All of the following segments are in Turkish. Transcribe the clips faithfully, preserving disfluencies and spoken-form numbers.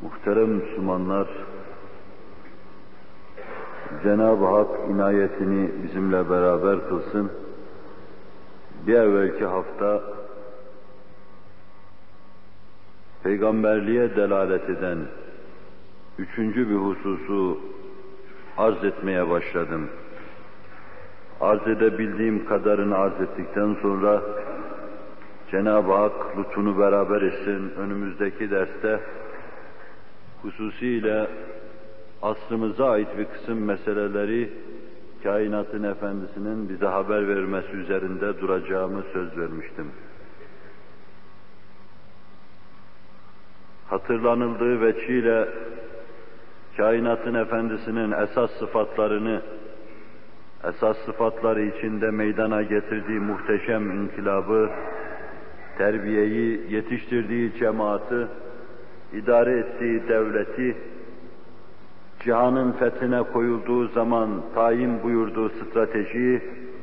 Muhterem Müslümanlar, Cenab-ı Hak inayetini bizimle beraber kılsın. Bir evvelki hafta peygamberliğe delalet eden üçüncü bir hususu arz etmeye başladım. Arz edebildiğim kadarını arz ettikten sonra Cenab-ı Hak lütfunu beraber etsin. Önümüzdeki derste hususiyle asrımıza ait bir kısım meseleleri kainatın efendisinin bize haber vermesi üzerinde duracağımı söz vermiştim. Hatırlanıldığı veçiyle kainatın efendisinin esas sıfatlarını, esas sıfatları içinde meydana getirdiği muhteşem inkılabı, terbiyeyi, yetiştirdiği cemaati, idare ettiği devleti, cihanın fethine koyulduğu zaman tayin buyurduğu stratejiyi,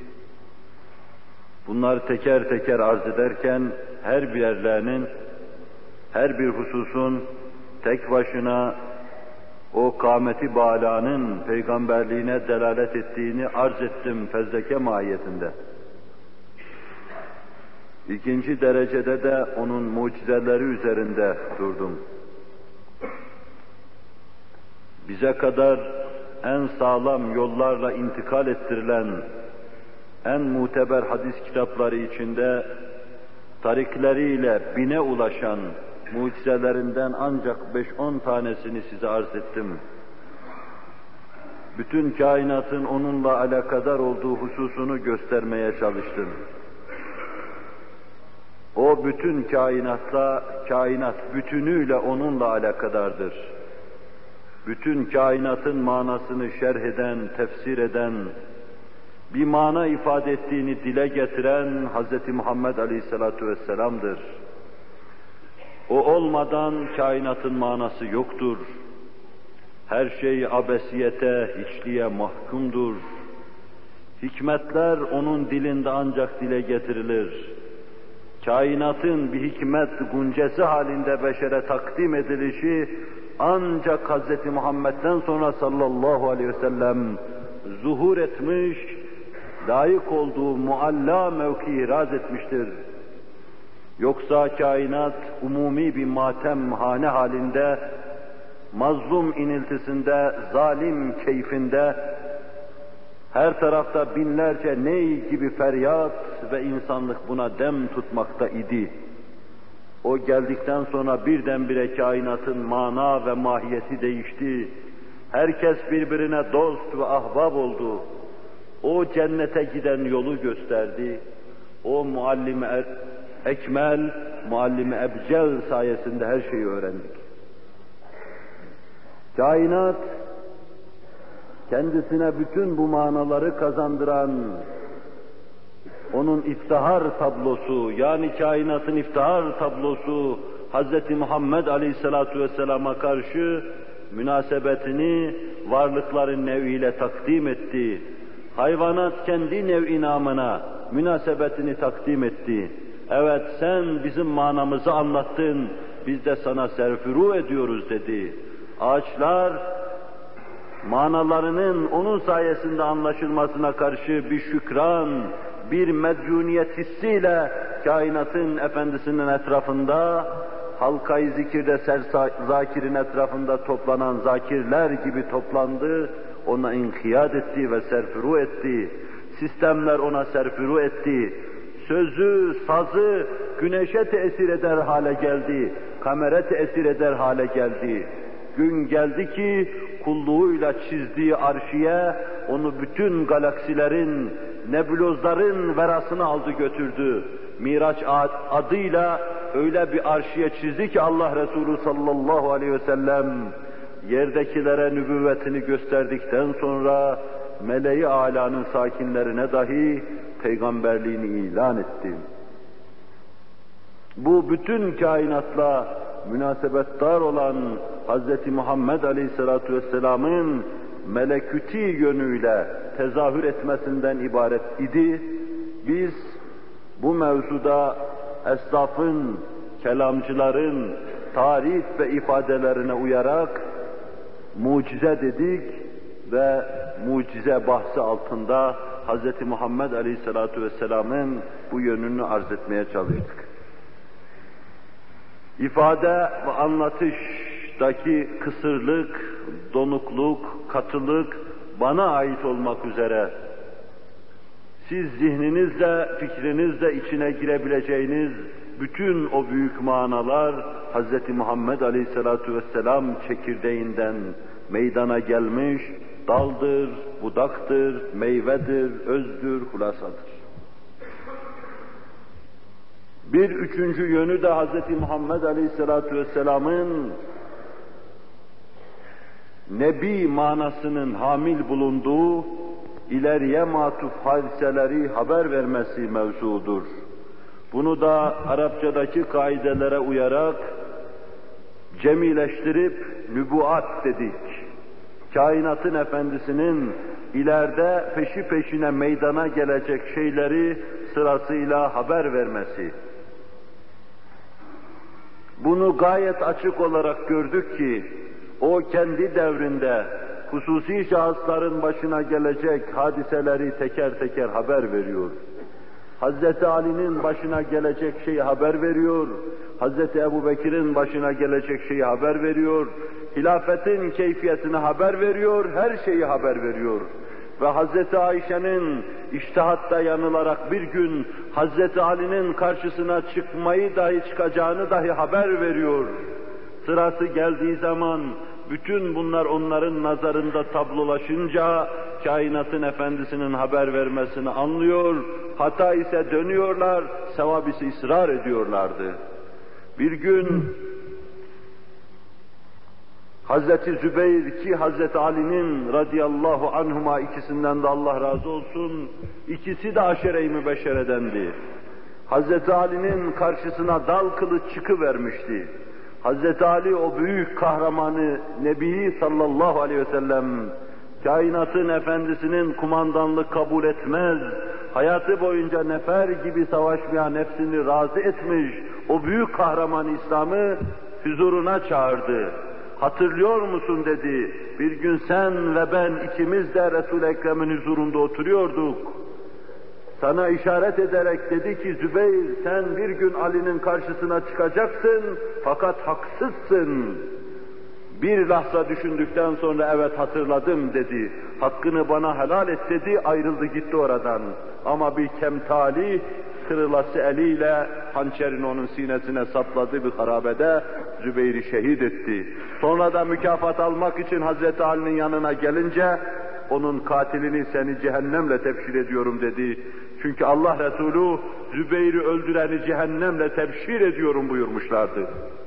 bunları teker teker arz ederken her birlerinin, her bir hususun tek başına o kâmeti bâlânın peygamberliğine delalet ettiğini arz ettim fezleke mahiyetinde. İkinci derecede de onun mucizeleri üzerinde durdum. Bize kadar en sağlam yollarla intikal ettirilen, en muteber hadis kitapları içinde tarikleriyle bine ulaşan mucizelerinden ancak beş on tanesini size arz ettim. Bütün kainatın onunla alakadar olduğu hususunu göstermeye çalıştım. O bütün kainatla, kainat bütünüyle onunla alakadardır. Bütün kainatın manasını şerh eden, tefsir eden, bir mana ifade ettiğini dile getiren Hz. Muhammed Aleyhisselatu Vesselam'dır. O olmadan kainatın manası yoktur. Her şey abesiyete, hiçliğe mahkumdur. Hikmetler onun dilinde ancak dile getirilir. Kainatın bir hikmet guncesi halinde beşere takdim edilişi ancak Hz. Muhammed'den sonra sallallahu aleyhi ve sellem zuhur etmiş, layık olduğu mualla mevkiyi raz etmiştir. Yoksa kainat umumi bir matemhane halinde, mazlum iniltisinde, zalim keyfinde, her tarafta binlerce ney gibi feryat ve insanlık buna dem tutmakta idi. O geldikten sonra birdenbire kainatın mana ve mahiyeti değişti. Herkes birbirine dost ve ahbab oldu. O cennete giden yolu gösterdi. O muallim-i ekmel, muallim-i ebcel sayesinde her şeyi öğrendik. Kainat, kendisine bütün bu manaları kazandıran, onun iftihar tablosu, yani kainatın iftihar tablosu, Hz. Muhammed Aleyhisselatu Vesselam'a karşı münasebetini varlıkların nev'iyle takdim etti. Hayvanat kendi nev'i namına münasebetini takdim etti. Evet, sen bizim manamızı anlattın, biz de sana serfuru ediyoruz dedi. Ağaçlar, manalarının onun sayesinde anlaşılmasına karşı bir şükran, bir medyuniyet hissiyle kainatın efendisinin etrafında, halkayı zikirde serzakirin etrafında toplanan zakirler gibi toplandı, ona inkiyat etti ve serfuru etti. Sistemler ona serfuru etti. Sözü, sazı güneşe tesir eder hale geldi, kamera tesir eder hale geldi. Gün geldi ki kulluğuyla çizdiği arşiye onu bütün galaksilerin, nebulozların verasını aldı götürdü. Miraç adıyla öyle bir arşiye çizdi ki Allah Resulü sallallahu aleyhi ve sellem yerdekilere nübüvvetini gösterdikten sonra meleği âlânın sakinlerine dahi peygamberliğini ilan etti. Bu bütün kainatla münasebetdar olan Hz. Muhammed Aleyhisselatü Vesselam'ın meleküti yönüyle tezahür etmesinden ibaret idi. Biz bu mevzuda esnafın, kelamcıların, tarif ve ifadelerine uyarak mucize dedik ve mucize bahsi altında Hz. Muhammed Aleyhisselatü Vesselam'ın bu yönünü arz etmeye çalıştık. İfade ve anlatıştaki kısırlık, donukluk, katılık bana ait olmak üzere siz zihninizle, fikrinizle içine girebileceğiniz bütün o büyük manalar Hz. Muhammed Aleyhisselatü Vesselam çekirdeğinden meydana gelmiş, daldır, budaktır, meyvedir, özdür, hulasadır. Bir üçüncü yönü de Hz. Muhammed Aleyhisselatü Vesselam'ın Nebi manasının hamil bulunduğu ileriye matuf hadiseleri haber vermesi mevzudur. Bunu da Arapçadaki kaidelere uyarak cemileştirip nübuat dedik. Kainatın efendisinin ileride peşi peşine meydana gelecek şeyleri sırasıyla haber vermesi. Bunu gayet açık olarak gördük ki o kendi devrinde hususi şahısların başına gelecek hadiseleri teker teker haber veriyor. Hazreti Ali'nin başına gelecek şeyi haber veriyor. Hazreti Ebubekir'in başına gelecek şeyi haber veriyor. Hilafetin keyfiyetini haber veriyor, her şeyi haber veriyor. Ve Hazreti Ayşe'nin içtihatta yanılarak bir gün Hazreti Ali'nin karşısına çıkmayı dahi çıkacağını dahi haber veriyor. Sırası geldiği zaman bütün bunlar onların nazarında tablolaşınca kainatın efendisinin haber vermesini anlıyor, hata ise dönüyorlar, sevap ise ısrar ediyorlardı. Bir gün Hazreti Zübeyir ki Hazreti Ali'nin radıyallahu anhuma ikisinden de Allah razı olsun, ikisi de aşere-i mübeşşeredendi. Hazreti Ali'nin karşısına dal kılıç çıkıvermişti. Hazreti Ali o büyük kahramanı Nebi sallallahu aleyhi ve sellem kainatın efendisinin kumandanlık kabul etmez, hayatı boyunca nefer gibi savaşmaya nefsini razı etmiş o büyük kahraman İslam'ı huzuruna çağırdı. Hatırlıyor musun dedi, bir gün sen ve ben ikimiz de Resul-i Ekrem'in huzurunda oturuyorduk. Sana işaret ederek dedi ki Zübeyir sen bir gün Ali'nin karşısına çıkacaksın fakat haksızsın. Bir lahza düşündükten sonra evet hatırladım dedi. Hakkını bana helal et dedi, ayrıldı gitti oradan. Ama bir kemtali kırılası eliyle hançerini onun sinesine sapladı bir harabede Zübeyir'i şehit etti. Sonra da mükafat almak için Hazreti Ali'nin yanına gelince onun katilini seni cehennemle tebşir ediyorum dedi. Çünkü Allah Resulü Zübeyir'i öldüreni cehennemle tebşir ediyorum buyurmuşlardı.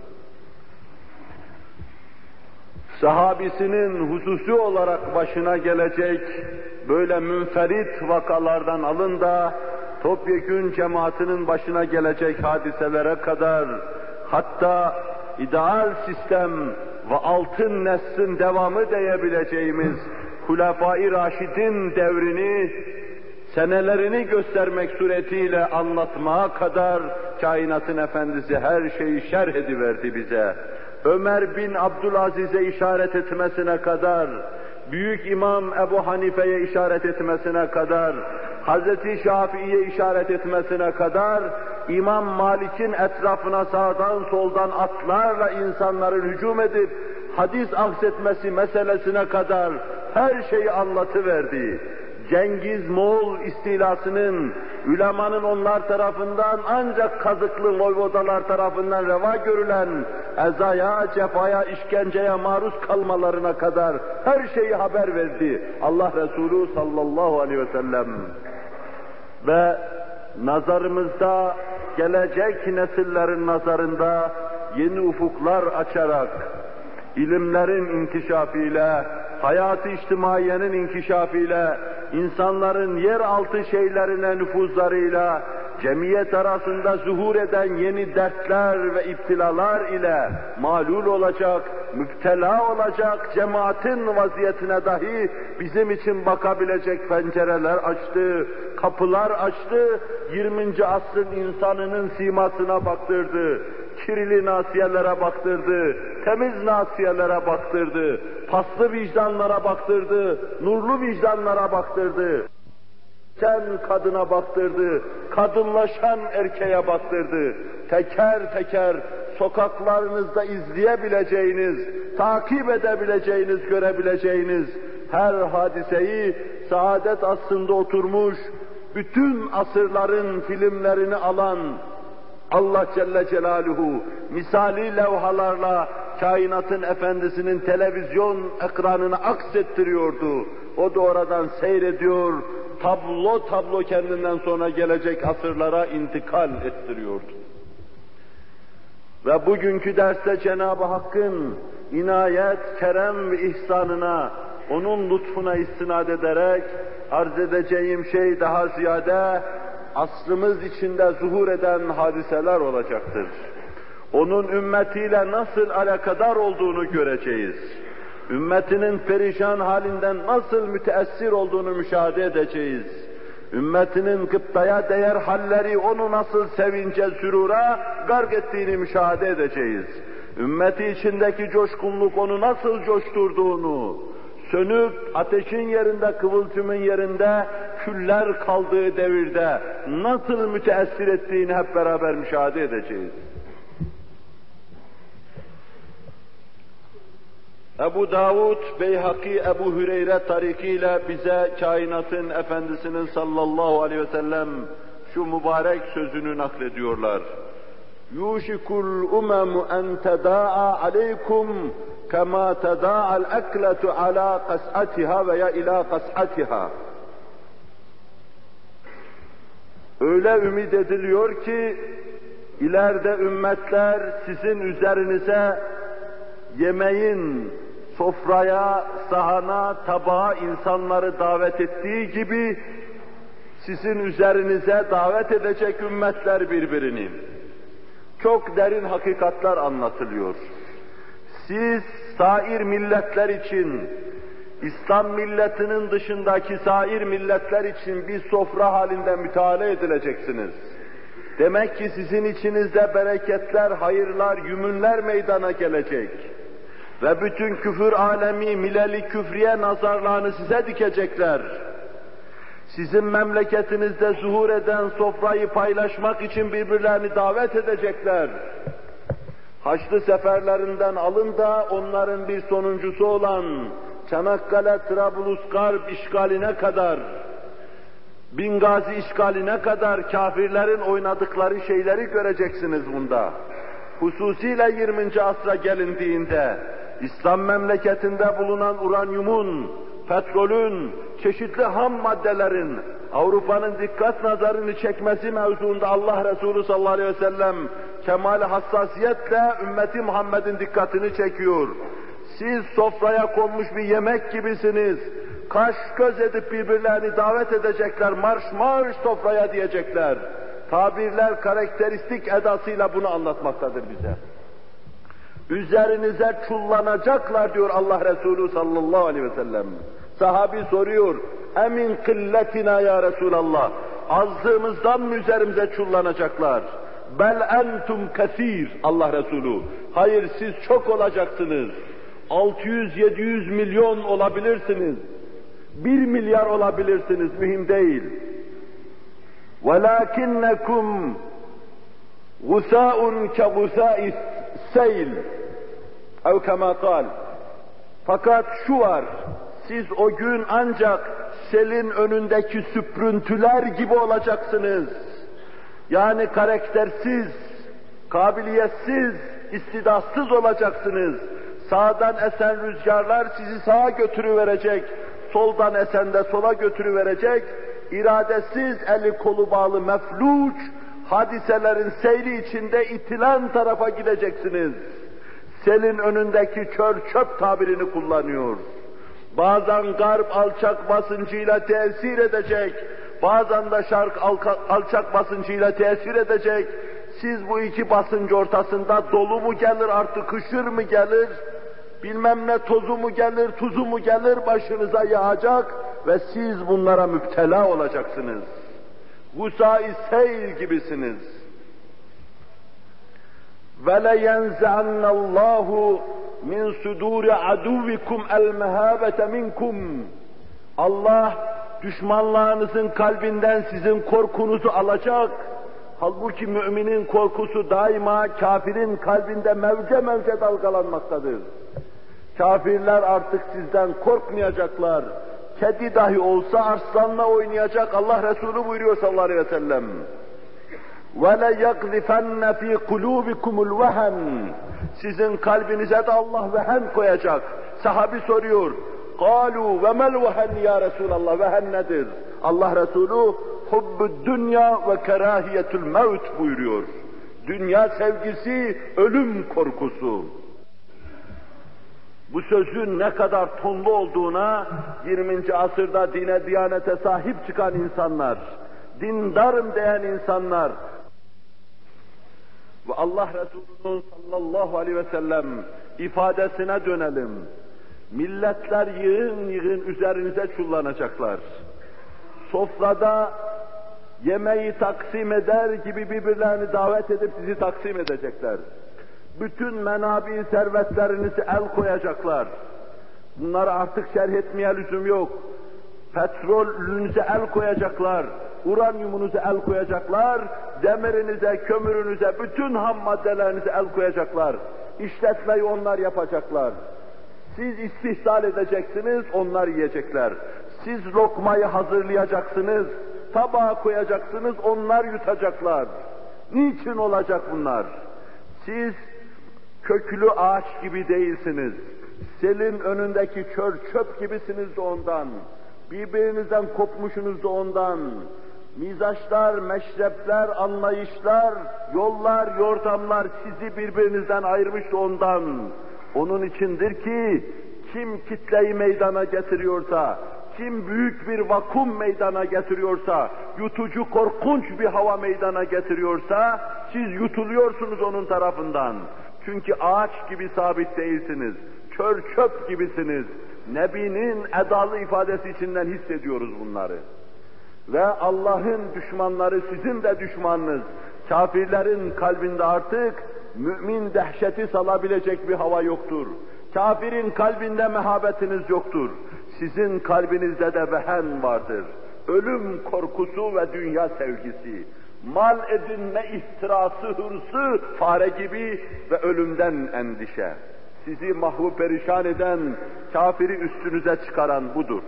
Sahabisinin hususi olarak başına gelecek böyle münferit vakalardan alın da topyekün cemaatinin başına gelecek hadiselere kadar hatta ideal sistem ve altın neslin devamı diyebileceğimiz Hulefai Raşid'in devrini senelerini göstermek suretiyle anlatmaya kadar kainatın efendisi her şeyi şerh ediverdi bize. Ömer bin Abdülaziz'e işaret etmesine kadar, Büyük İmam Ebu Hanife'ye işaret etmesine kadar, Hazreti Şafii'ye işaret etmesine kadar, İmam Malik'in etrafına sağdan soldan atlarla insanların hücum edip hadis aksetmesi meselesine kadar her şeyi anlatıverdi. Cengiz Moğol istilasının, ülemanın onlar tarafından ancak kazıklı voyvodalar tarafından reva görülen ezaya, cefaya, işkenceye maruz kalmalarına kadar her şeyi haber verdi Allah Resulü sallallahu aleyhi ve sellem. Ve nazarımızda, gelecek nesillerin nazarında yeni ufuklar açarak, ilimlerin inkişafıyla, hayat-ı içtimaiyenin inkişafıyla, insanların yeraltı şeylerine nüfuzlarıyla, cemiyet arasında zuhur eden yeni dertler ve iptilalar ile malul olacak, müptela olacak cemaatin vaziyetine dahi bizim için bakabilecek pencereler açtı, kapılar açtı, yirminci asrın insanının simasına baktırdı. kirli nasiyelere baktırdı, temiz nasiyelere baktırdı, paslı vicdanlara baktırdı, nurlu vicdanlara baktırdı. Sen kadına baktırdı, kadınlaşan erkeğe baktırdı. Teker teker sokaklarınızda izleyebileceğiniz, takip edebileceğiniz, görebileceğiniz her hadiseyi saadet asrında oturmuş, bütün asırların filmlerini alan Allah Celle Celaluhu misali levhalarla kainatın efendisinin televizyon ekranına aksettiriyordu. O da oradan seyrediyor, tablo tablo kendinden sonra gelecek asırlara intikal ettiriyordu. Ve bugünkü derste Cenab-ı Hakk'ın inayet, kerem ve ihsanına, onun lütfuna istinad ederek arz edeceğim şey daha ziyade asrımız içinde zuhur eden hadiseler olacaktır. Onun ümmetiyle nasıl alakadar olduğunu göreceğiz. Ümmetinin perişan halinden nasıl müteessir olduğunu müşahede edeceğiz. Ümmetinin gıptaya değer halleri onu nasıl sevince, sürura gark ettiğini müşahede edeceğiz. Ümmeti içindeki coşkunluk onu nasıl coşturduğunu, sönüp ateşin yerinde, kıvılcımın yerinde küller kaldığı devirde nasıl müteessir ettiğini hep beraber müşahede edeceğiz. Ebu Davud, Beyhaki, Ebu Hüreyre tarikiyle bize kainatın efendisinin sallallahu aleyhi ve sellem şu mübarek sözünü naklediyorlar. Yuşikul umemu en teda'a aleykum kema teda'al ekletu ala kas'atiha veya ila kas'atiha. Öyle ümit ediliyor ki ileride ümmetler sizin üzerinize yemeğin sofraya, sahana, tabağa insanları davet ettiği gibi sizin üzerinize davet edecek ümmetler birbirini. Çok derin hakikatler anlatılıyor. Siz sair milletler için, İslam milletinin dışındaki sair milletler için bir sofra halinde müteala edileceksiniz. Demek ki sizin içinizde bereketler, hayırlar, yümünler meydana gelecek. Ve bütün küfür alemi, mileli küfriye nazarlarını size dikecekler. Sizin memleketinizde zuhur eden sofrayı paylaşmak için birbirlerini davet edecekler. Haçlı seferlerinden alın da onların bir sonuncusu olan Çanakkale, Trablusgarp işgaline kadar, Bingazi işgaline kadar kafirlerin oynadıkları şeyleri göreceksiniz bunda. Hususiyle yirminci asra gelindiğinde, İslam memleketinde bulunan uranyumun, petrolün, çeşitli ham maddelerin Avrupa'nın dikkat nazarını çekmesi mevzuunda Allah Resulü sallallahu aleyhi ve sellem kemal hassasiyetle ümmeti Muhammed'in dikkatini çekiyor. Siz sofraya konmuş bir yemek gibisiniz. Kaş göz edip birbirlerini davet edecekler. Marş marş sofraya diyecekler. Tabirler karakteristik edasıyla bunu anlatmaktadır bize. Üzerinize çullanacaklar diyor Allah Resulü sallallahu aleyhi ve sellem. Sahabi soruyor, emin kılletina ya Resulallah, azlığımızdan mı üzerimize çullanacaklar? Bel entum kesir Allah Resulü. Hayır siz çok olacaksınız. altı yüz yedi yüz milyon olabilirsiniz. bir milyar olabilirsiniz, mühim değil. وَلَاكِنَّكُمْ غُسَاءٌ كَغُسَاءِ السَّيْلِ اَوْ كَمَا قَالْ. Fakat şu var, siz o gün ancak selin önündeki süprüntüler gibi olacaksınız. Yani karaktersiz, kabiliyetsiz, istidatsız olacaksınız. Sağdan esen rüzgarlar sizi sağa götürüverecek, soldan esen de sola götürüverecek, iradesiz, eli kolu bağlı mefluç, hadiselerin seyri içinde itilen tarafa gideceksiniz. Selin önündeki kör çöp tabirini kullanıyor. Bazen garp alçak basıncıyla tesir edecek, bazen de şark alçak basıncıyla tesir edecek. Siz bu iki basınç ortasında dolu mu gelir, artık hışır mı gelir, bilmem ne tozu mu gelir, tuzu mu gelir başınıza yağacak ve siz bunlara müptela وَلَيَنْزَعَنَّ اللّٰهُ مِنْ صُدُورِ عَدُوِّكُمْ الْمَهَابَةَ مِنْكُمْ. Allah düşmanlarınızın kalbinden sizin korkunuzu alacak. Halbuki müminin korkusu daima kafirin kalbinde mevce mevce dalgalanmaktadır. Kafirler artık sizden korkmayacaklar. Kedi dahi olsa arslanla oynayacak. Allah Resulü buyuruyor sallallahu aleyhi ve sellem. وَلَيَقْذِفَنَّ ف۪ي قُلُوبِكُمُ الْوَهَنِ. Sizin kalbinize de Allah vehen koyacak. Sahabi soruyor. قَالُوا وَمَا الْوَهَنِ ya Resulallah? Vehen nedir? Allah Resulü hubbü dünya ve kerahiyetul mevt buyuruyor. Dünya sevgisi, ölüm korkusu. Bu sözün ne kadar tonlu olduğuna yirminci asırda dine, diyanete sahip çıkan insanlar, dindarım diyen insanlar ve Allah Resulü'nün sallallahu aleyhi ve sellem ifadesine dönelim. Milletler yığın yığın üzerinize çullanacaklar. Sofrada yemeği taksim eder gibi birbirlerini davet edip sizi taksim edecekler. Bütün menabi servetlerinizi el koyacaklar. Bunları artık şerh etmeye lüzum yok. Petrolünüze el koyacaklar, uranyumunuza el koyacaklar, demirinize, kömürünüze, bütün ham maddelerinize el koyacaklar. İşletmeyi onlar yapacaklar. Siz istihsal edeceksiniz, onlar yiyecekler. Siz lokmayı hazırlayacaksınız, tabağa koyacaksınız, onlar yutacaklar. Niçin olacak bunlar? Siz köklü ağaç gibi değilsiniz. Selin önündeki çöl çöp gibisiniz de ondan. Birbirinizden kopmuşsunuz da ondan. Mizaçlar, meşrepler, anlayışlar, yollar, yordamlar sizi birbirinizden ayırmış da ondan. Onun içindir ki kim kitleyi meydana getiriyorsa, kim büyük bir vakum meydana getiriyorsa, yutucu korkunç bir hava meydana getiriyorsa, siz yutuluyorsunuz onun tarafından. Çünkü ağaç gibi sabit değilsiniz, çöl çöp gibisiniz. Nebinin edalı ifadesi içinden hissediyoruz bunları. Ve Allah'ın düşmanları sizin de düşmanınız. Kafirlerin kalbinde artık mümin dehşeti salabilecek bir hava yoktur. Kafirin kalbinde mehabetiniz yoktur. Sizin kalbinizde de vehen vardır. Ölüm korkusu ve dünya sevgisi. Mal edinme ihtirası, hırsı, fare gibi ve ölümden endişe. Sizi mahvu perişan eden, kafiri üstünüze çıkaran budur.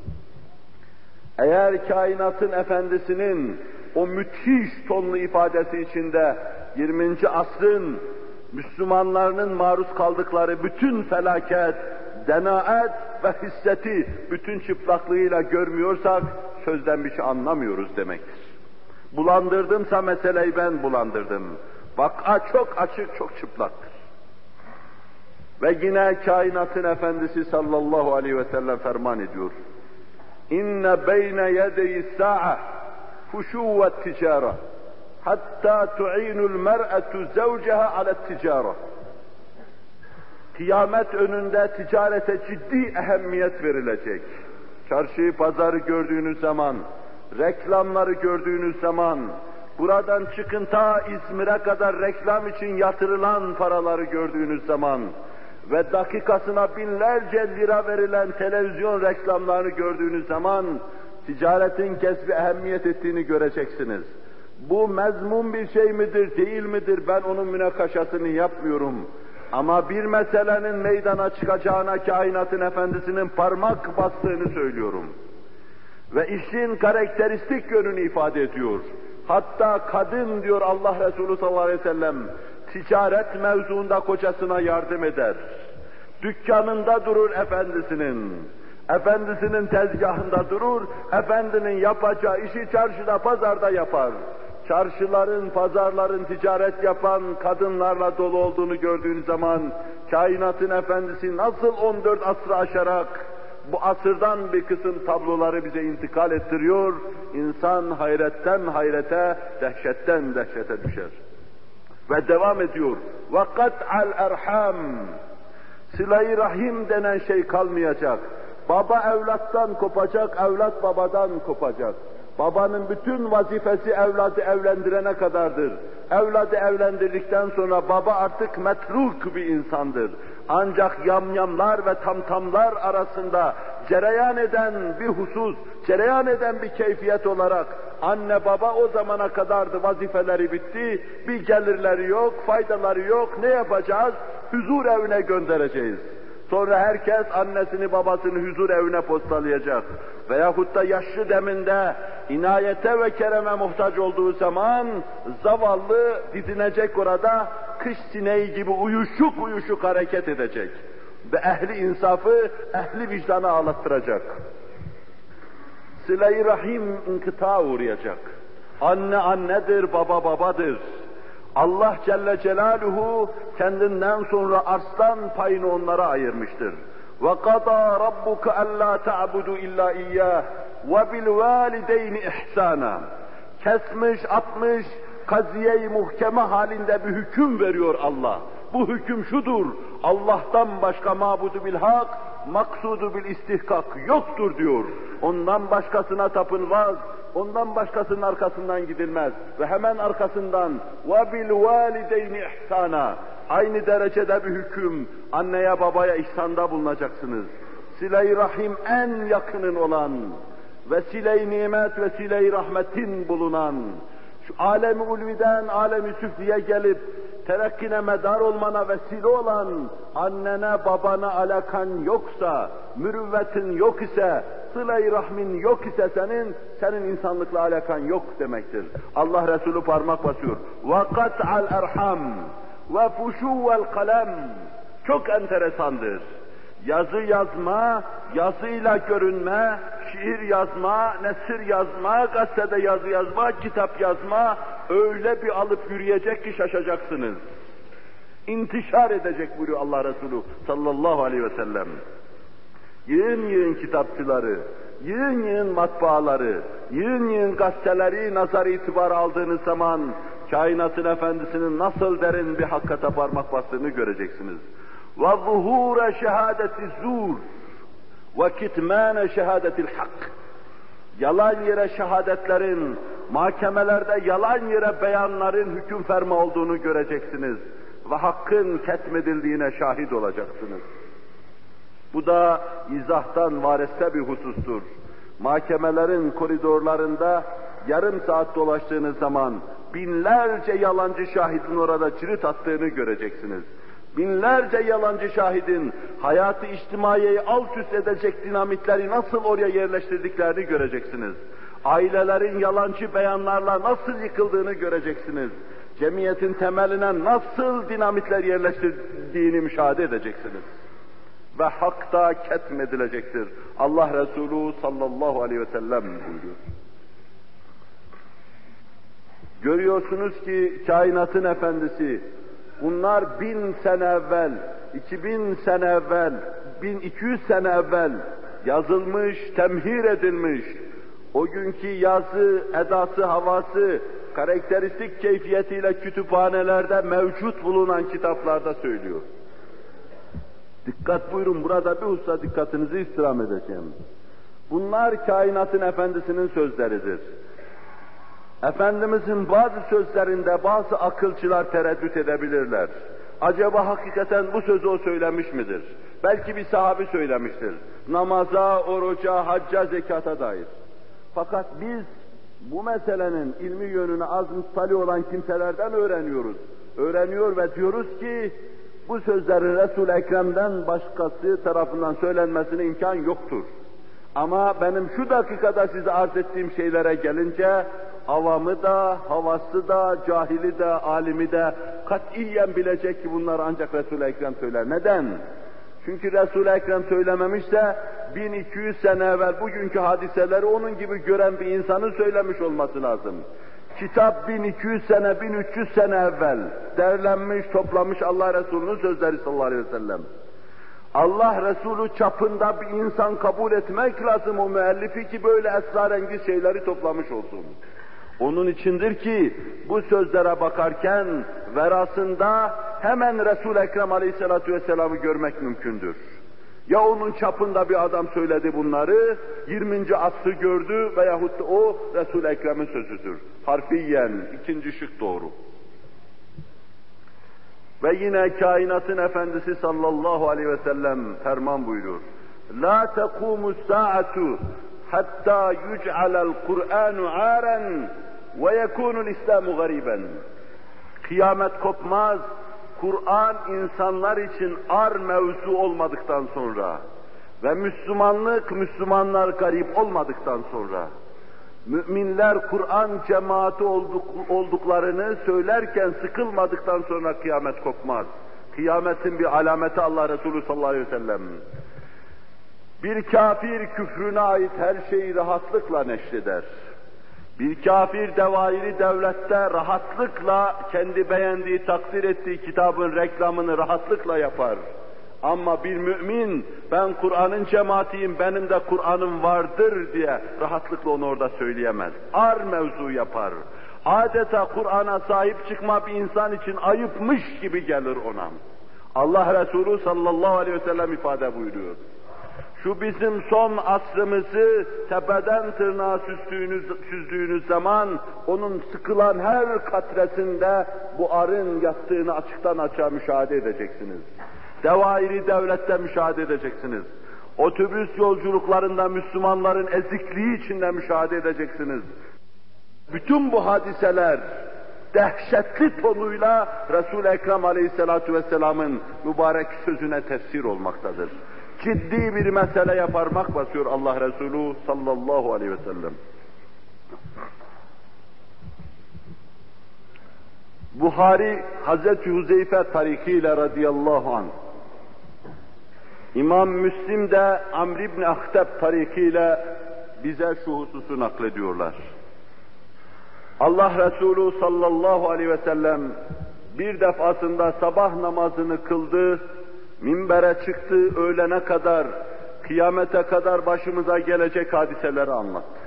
Eğer kainatın efendisinin o müthiş tonlu ifadesi içinde yirminci asrın Müslümanlarının maruz kaldıkları bütün felaket, denaet ve hisseti bütün çıplaklığıyla görmüyorsak sözden bir şey anlamıyoruz demektir. Bulandırdımsa meseleyi ben bulandırdım. Vaka çok açık, çok çıplaktır. Ve yine kainatın efendisi sallallahu aleyhi ve sellem ferman ediyor. İnne beyne yedeyi sa'a fuşuvvet ticara hatta tu'inul mer'etu zevceha alet ticara. Kıyamet önünde ticarete ciddi ehemmiyet verilecek. Çarşıyı, pazarı gördüğünüz zaman, reklamları gördüğünüz zaman, buradan çıkın ta İzmir'e kadar reklam için yatırılan paraları gördüğünüz zaman ve dakikasına binlerce lira verilen televizyon reklamlarını gördüğünüz zaman ticaretin kesbi ehemmiyet ettiğini göreceksiniz. Bu mezmum bir şey midir, değil midir? Ben onun münakaşasını yapmıyorum. Ama bir meselenin meydana çıkacağına kainatın efendisinin parmak bastığını söylüyorum. Ve işin karakteristik yönünü ifade ediyor. Hatta kadın diyor Allah Resulü sallallahu aleyhi ve sellem, ticaret mevzuunda kocasına yardım eder. Dükkanında durur efendisinin. Efendisinin tezgahında durur, efendinin yapacağı işi çarşıda, pazarda yapar. Çarşıların, pazarların ticaret yapan kadınlarla dolu olduğunu gördüğünüz zaman, kainatın efendisi nasıl on dört asrı aşarak bu asırdan bir kısım tabloları bize intikal ettiriyor, insan hayretten hayrete, dehşetten dehşete düşer. Ve devam ediyor. وَقَطْعَ الْاَرْحَامِ Sıla-i rahim denen şey kalmayacak. Baba evlattan kopacak, evlat babadan kopacak. Babanın bütün vazifesi evladı evlendirene kadardır. Evladı evlendirdikten sonra baba artık metruk bir insandır. Ancak yamyamlar ve tamtamlar arasında cereyan eden bir husus, cereyan eden bir keyfiyet olarak anne baba o zamana kadardı, vazifeleri bitti, bir gelirleri yok, faydaları yok, ne yapacağız? Huzur evine göndereceğiz. Sonra herkes annesini babasını huzur evine postalayacak. Veyahut da yaşlı deminde inayete ve kereme muhtaç olduğu zaman zavallı didinecek orada, kış sineği gibi uyuşuk uyuşuk hareket edecek. Ve ehli insafı, ehli vicdanı ağlattıracak. Sıla-i rahim inkıta uğrayacak. Anne annedir, baba babadır. Allah Celle Celaluhu kendinden sonra arslan payını onlara ayırmıştır. وَقَضَى رَبُّكَ أَلَّا تَعْبُدُوا إِلَّا إِيَّاهُ وَبِالْوَالِدَيْنِ إِحْسَانًا. Kesmiş, atmış, kaziye-i muhkeme halinde bir hüküm veriyor Allah. Bu hüküm şudur: Allah'tan başka mabudu bil hak, maksudu bil istihkak yoktur diyor. Ondan başkasına tapınmaz, ondan başkasının arkasından gidilmez. Ve hemen arkasından وَبِالْوَالِدَيْنِ إِحْسَانًا. Aynı derecede bir hüküm, anneye babaya ihsanda bulunacaksınız. Sile-i rahim en yakının olan, vesile-i nimet, vesile-i rahmetin bulunan, şu alem-i ulviden alem-i süfliye gelip, terakkine medar olmana vesile olan, annene babana alakan yoksa, mürüvvetin yok ise, sıla-i rahmin yok ise senin, senin insanlıkla alakan yok demektir. Allah Resulü parmak basıyor. وَقَطْعَ الْاَرْحَمِ وَفُشُوَّ الْقَلَمِ. Çok enteresandır. Yazı yazma, yazıyla görünme, şiir yazma, nesir yazma, gazetede yazı yazma, kitap yazma, öyle bir alıp yürüyecek ki şaşacaksınız. İntişar edecek buyuruyor Allah Resulü sallallahu aleyhi ve sellem. Yığın yığın kitapçıları, yığın yığın matbaaları, yığın yığın gazeteleri nazar itibar aldığınız zaman kainatın efendisinin nasıl derin bir hakikate parmak bastığını göreceksiniz. وَظُهُورَ شَهَادَةِ الزُّورِ وَكِتْمَانَ شَهَادَةِ الْحَقِّ. Yalan yere şehadetlerin, mahkemelerde yalan yere beyanların hüküm ferma olduğunu göreceksiniz. Ve hakkın ketmedildiğine şahit olacaksınız. Bu da izahtan vareste bir husustur. Mahkemelerin koridorlarında yarım saat dolaştığınız zaman binlerce yalancı şahidin orada cirit attığını göreceksiniz. Binlerce yalancı şahidin hayatı içtimaiyeyi alt üst edecek dinamitleri nasıl oraya yerleştirdiklerini göreceksiniz. Ailelerin yalancı beyanlarla nasıl yıkıldığını göreceksiniz. Cemiyetin temeline nasıl dinamitler yerleştirdiğini müşahede edeceksiniz. Ve hak da ketmedilecektir. Allah Resulü sallallahu aleyhi ve sellem buyuruyor. Görüyorsunuz ki kainatın efendisi, bunlar bin sene evvel, iki bin sene evvel, bin iki yüz sene evvel yazılmış, temhir edilmiş, o günkü yazı, edası, havası, karakteristik keyfiyetiyle kütüphanelerde mevcut bulunan kitaplarda söylüyor. Dikkat buyurun, burada bir hususa dikkatinizi istirham edeceğim. Bunlar kainatın efendisinin sözleridir. Efendimizin bazı sözlerinde bazı akılcılar tereddüt edebilirler. Acaba hakikaten bu sözü o söylemiş midir? Belki bir sahabi söylemiştir. Namaza, oruca, hacca, zekata dair. Fakat biz bu meselenin ilmi yönünü az muttali olan kimselerden öğreniyoruz. Öğreniyor ve diyoruz ki bu sözlerin Resul-i Ekrem'den başkası tarafından söylenmesine imkan yoktur. Ama benim şu dakikada size arz ettiğim şeylere gelince avamı da, havası da, cahili de, alimi de katiyen bilecek ki bunlar ancak Resul-i Ekrem söyler. Neden? Çünkü Resul-i Ekrem söylememişse bin iki yüz sene evvel bugünkü hadiseleri onun gibi gören bir insanın söylemiş olması lazım. Kitap bin iki yüz sene, bin üç yüz sene evvel derlenmiş, toplanmış Allah Resulü'nün sözleri sallallahu aleyhi ve sellem. Allah Resulü çapında bir insan kabul etmek lazım o müellifi ki böyle esrarengiz şeyleri toplamış olsun. Onun içindir ki bu sözlere bakarken verasında hemen Resul-i Ekrem Aleyhisselatü Vesselam'ı görmek mümkündür. Ya onun çapında bir adam söyledi bunları, yirminci asrı gördü veyahut da o Resul-i Ekrem'in sözüdür. Harfiyen, ikinci şık doğru. Ve yine kainatın efendisi sallallahu aleyhi ve sellem ferman buyuruyor. La tekumu saatu hatta yuc'alel Kur'anu aren ve yekunul İslamu gariben. Kıyamet kopmaz, Kur'an insanlar için ar mevzu olmadıktan sonra ve Müslümanlık, Müslümanlar garip olmadıktan sonra, müminler Kur'an cemaati olduk, olduklarını söylerken sıkılmadıktan sonra kıyamet kopmaz. Kıyametin bir alameti Allah Resulü sallallahu aleyhi ve sellem. Bir kafir küfrüne ait her şeyi rahatlıkla neşreder. Bir kafir devairi devlette rahatlıkla kendi beğendiği, takdir ettiği kitabın reklamını rahatlıkla yapar. Ama bir mümin, ben Kur'an'ın cemaatiyim, benim de Kur'an'ım vardır diye rahatlıkla onu orada söyleyemez. Ar mevzu yapar. Adeta Kur'an'a sahip çıkma bir insan için ayıpmış gibi gelir ona. Allah Resulü sallallahu aleyhi ve sellem ifade buyuruyor. Şu bizim son asrımızı tepeden tırnağa süzdüğünüz, süzdüğünüz zaman onun sıkılan her katresinde bu arın yattığını açıktan açığa müşahede edeceksiniz. Devairi devlette müşahede edeceksiniz. Otobüs yolculuklarında Müslümanların ezikliği içinde müşahede edeceksiniz. Bütün bu hadiseler dehşetli tonuyla Resul-i Ekrem aleyhissalatu vesselamın mübarek sözüne tefsir olmaktadır. Ciddi bir meseleye parmak basıyor Allah Resulü sallallahu aleyhi ve sellem. Buhari Hazreti Huzeyfe tarikiyle radıyallahu anh, İmam Müslim de Amr ibn Ahteb tarikiyle bize şu hususu naklediyorlar. Allah Resulü sallallahu aleyhi ve sellem bir defasında sabah namazını kıldı, minbere çıktı, öğlene kadar, kıyamete kadar başımıza gelecek hadiseleri anlattı.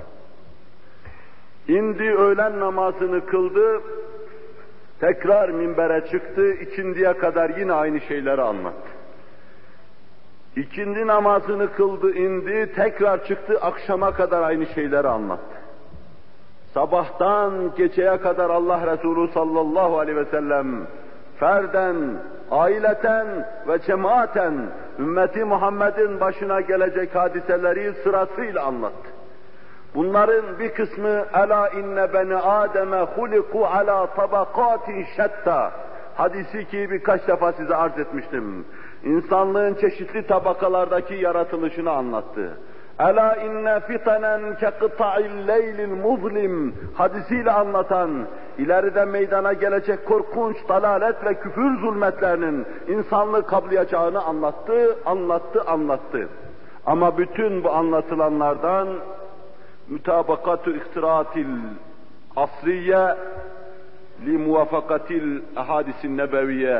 İndi, öğlen namazını kıldı, tekrar minbere çıktı, ikindiye kadar yine aynı şeyleri anlattı. İkindi namazını kıldı, indi, tekrar çıktı, akşama kadar aynı şeyleri anlattı. Sabahtan geceye kadar Allah Resulü sallallahu aleyhi ve sellem ferden, aileten ve cemaaten ümmeti Muhammed'in başına gelecek hadiseleri sırasıyla anlattı. Bunların bir kısmı ela inne beni Adem'e huliku ala tabakatin şetta hadisi ki birkaç defa size arz etmiştim. İnsanlığın çeşitli tabakalardaki yaratılışını anlattı. Ela inne fitanen ke kıta'il leylil muzlim hadisiyle anlatan, ileride meydana gelecek korkunç dalalet ve küfür zulmetlerinin insanlığı kaplayacağını anlattı, anlattı, anlattı. Ama bütün bu anlatılanlardan mütabakatu ihtiratil asriye li muvafakatil ahadisin nebeviye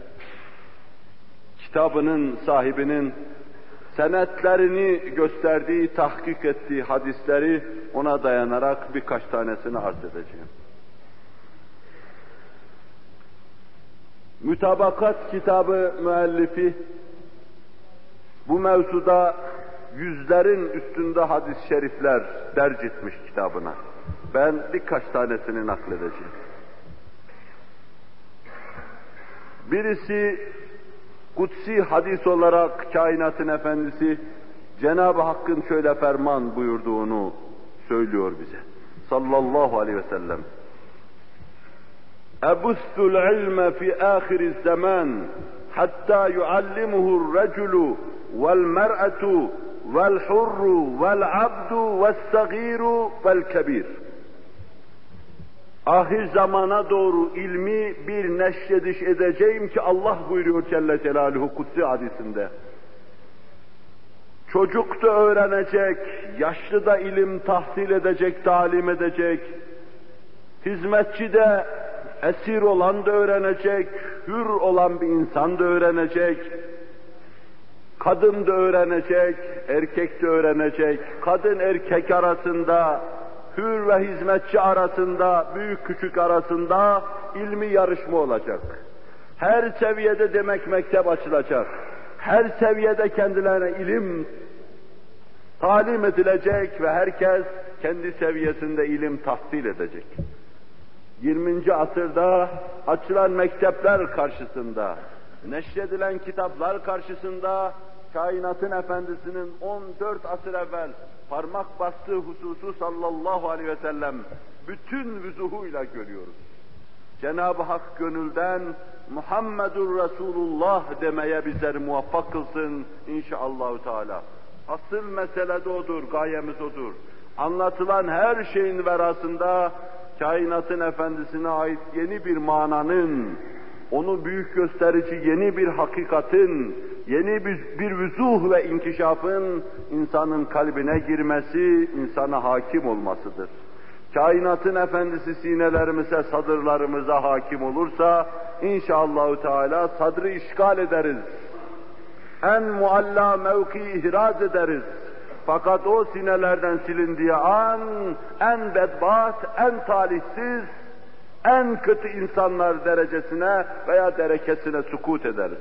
kitabının sahibinin senetlerini gösterdiği, tahkik ettiği hadisleri ona dayanarak birkaç tanesini arz edeceğim. Mütabakat kitabı müellifi bu mevzuda yüzlerin üstünde hadis-i şerifler derc etmiş kitabına. Ben birkaç tanesini nakledeceğim. Birisi kutsi hadis olarak kainatın efendisi Cenab-ı Hakk'ın şöyle ferman buyurduğunu söylüyor bize. Sallallahu aleyhi ve sellem. Ebustul ilme fi ahiriz zaman hatta yuallimuhu'r raculu vel mer'atu vel hurru vel abdu vel sagiru vel kebir. Ahir zamana doğru ilmi bir neşrediş edeceğim ki Allah buyuruyor Celle Celaluhu kutsi hadisinde. Çocuk da öğrenecek, yaşlı da ilim tahsil edecek, talim edecek, hizmetçi de, esir olan da öğrenecek, hür olan bir insan da öğrenecek, kadın da öğrenecek, erkek de öğrenecek, kadın erkek arasında, hür ve hizmetçi arasında, büyük küçük arasında ilmi yarışma olacak. Her seviyede demek mektep açılacak. her seviyede kendilerine ilim talim edilecek ve herkes kendi seviyesinde ilim tahsil edecek. yirminci asırda açılan mektepler karşısında, neşredilen kitaplar karşısında, kainatın efendisinin on dört asır evvel parmak bastığı hususu sallallahu aleyhi ve sellem bütün vüzuhuyla görüyoruz. Cenab-ı Hak gönülden Muhammedur Resulullah demeye bizleri muvaffak kılsın inşallahü teala. Asıl mesele de odur, gayemiz odur. Anlatılan her şeyin verasında kainatın efendisine ait yeni bir mananın, onu büyük gösterici yeni bir hakikatin, yeni bir, bir vüzuh ve inkişafın insanın kalbine girmesi, insana hakim olmasıdır. Kainatın efendisi sinelerimize, sadırlarımıza hakim olursa inşallahü teala sadrı işgal ederiz. En mualla mevki ihraz ederiz. Fakat o sinelerden silindiği an en bedbaht, en talihsiz, en kötü insanlar derecesine veya derekesine sukut ederiz.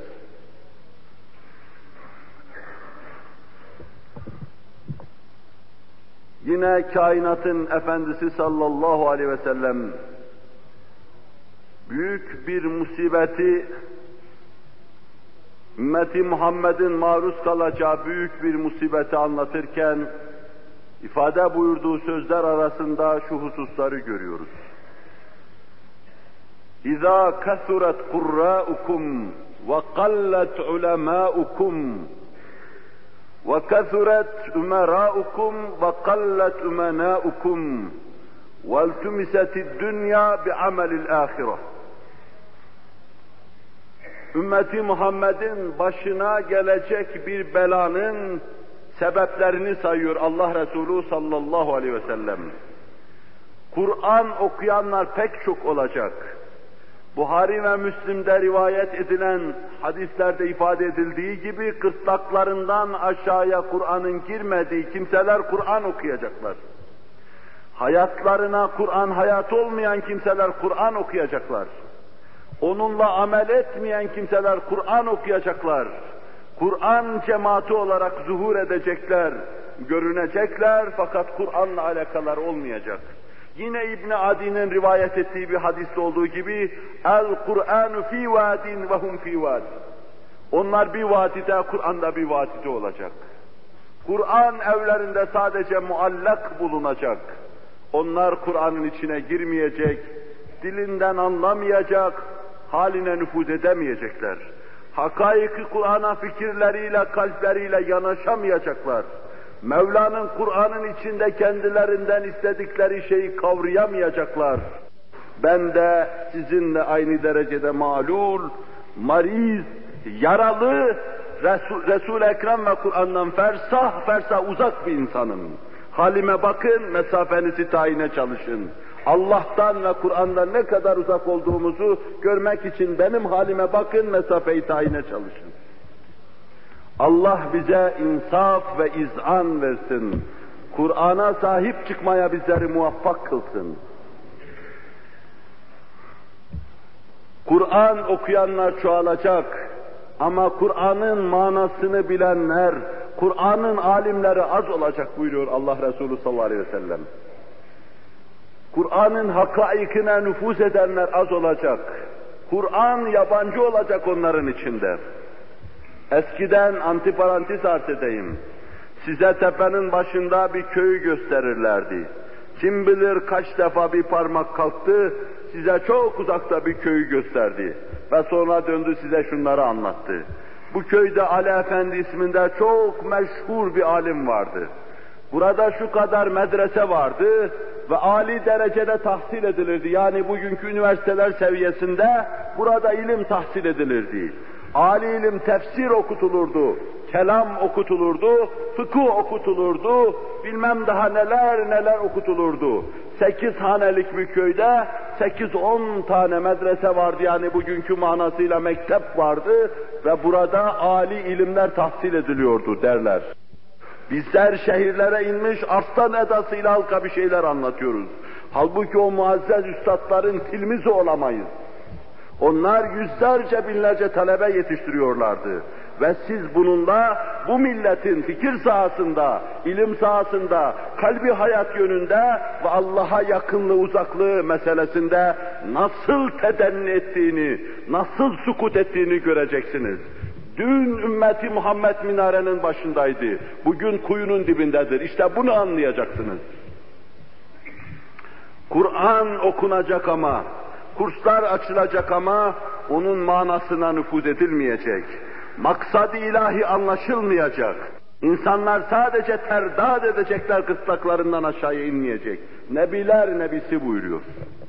Yine kainatın efendisi sallallahu aleyhi ve sellem büyük bir musibeti, ümmeti Muhammed'in maruz kalacağı büyük bir musibeti anlatırken ifade buyurduğu sözler arasında şu hususları görüyoruz. İza kasurat kurra'ukum ve qallat ulema'ukum ve kasurat umera'ukum ve qallat umena'ukum ve iltumisetid dünya bi'amelil ahireh. Ümmeti Muhammed'in başına gelecek bir belanın sebeplerini sayıyor Allah Resulü sallallahu aleyhi ve sellem. Kur'an okuyanlar pek çok olacak. Buhari ve Müslim'de rivayet edilen hadislerde ifade edildiği gibi gırtlaklarından aşağıya Kur'an'ın girmediği kimseler Kur'an okuyacaklar. Hayatlarına Kur'an hayat olmayan kimseler Kur'an okuyacaklar. Onunla amel etmeyen kimseler Kur'an okuyacaklar. Kur'an cemaati olarak zuhur edecekler, görünecekler fakat Kur'an'la alakaları olmayacak. Yine İbn Adi'nin rivayet ettiği bir hadiste olduğu gibi El-Kur'anu fi vadin ve hum fi vad. Onlar bir vadide, Kur'an'da bir vadide olacak. Kur'an evlerinde sadece muallak bulunacak. Onlar Kur'an'ın içine girmeyecek, dilinden anlamayacak, haline nüfuz edemeyecekler. Hakaiki Kur'an'a fikirleriyle, kalpleriyle yanaşamayacaklar. Mevla'nın Kur'an'ın içinde kendilerinden istedikleri şeyi kavrayamayacaklar. Ben de sizinle aynı derecede malul, mariz, yaralı, Resul, Resul-i Ekrem ve Kur'an'dan fersah fersah uzak bir insanım. Halime bakın, mesafenizi tayine çalışın. Allah'tan ve Kur'an'dan ne kadar uzak olduğumuzu görmek için benim halime bakın, mesafeyi tayine çalışın. Allah bize insaf ve izan versin. Kur'an'a sahip çıkmaya bizleri muvaffak kılsın. Kur'an okuyanlar çoğalacak ama Kur'an'ın manasını bilenler, Kur'an'ın alimleri az olacak buyuruyor Allah Resulü sallallahu aleyhi ve sellem. Kur'an'ın hakaikine nüfuz edenler az olacak. Kur'an yabancı olacak onların içinde. Eskiden antiparantez arz edeyim. Size tepenin başında bir köyü gösterirlerdi. Kim bilir kaç defa bir parmak kalktı, size çok uzakta bir köyü gösterdi. Ve sonra döndü size şunları anlattı. Bu köyde Ali Efendi isminde çok meşhur bir alim vardı. Burada şu kadar medrese vardı ve âli derecede tahsil edilirdi. Yani bugünkü üniversiteler seviyesinde burada ilim tahsil edilirdi. Âli ilim tefsir okutulurdu, kelam okutulurdu, fıkıh okutulurdu, bilmem daha neler neler okutulurdu. Sekiz hanelik bir köyde sekiz on tane medrese vardı, yani bugünkü manasıyla mektep vardı ve burada âli ilimler tahsil ediliyordu derler. Bizler şehirlere inmiş arslan edasıyla halka bir şeyler anlatıyoruz. Halbuki o muazzez üstadların tilmizi olamayız. Onlar yüzlerce binlerce talebe yetiştiriyorlardı. Ve siz bununla bu milletin fikir sahasında, ilim sahasında, kalbi hayat yönünde ve Allah'a yakınlığı uzaklığı meselesinde nasıl tedenni ettiğini, nasıl sukut ettiğini göreceksiniz. Dün ümmeti Muhammed minarenin başındaydı, bugün kuyunun dibindedir. İşte bunu anlayacaksınız. Kur'an okunacak ama, kurslar açılacak ama onun manasına nüfuz edilmeyecek. Maksad-ı ilahi anlaşılmayacak. İnsanlar sadece terdad edecekler, gırtlaklarından aşağıya inmeyecek. Nebiler nebisi buyuruyor.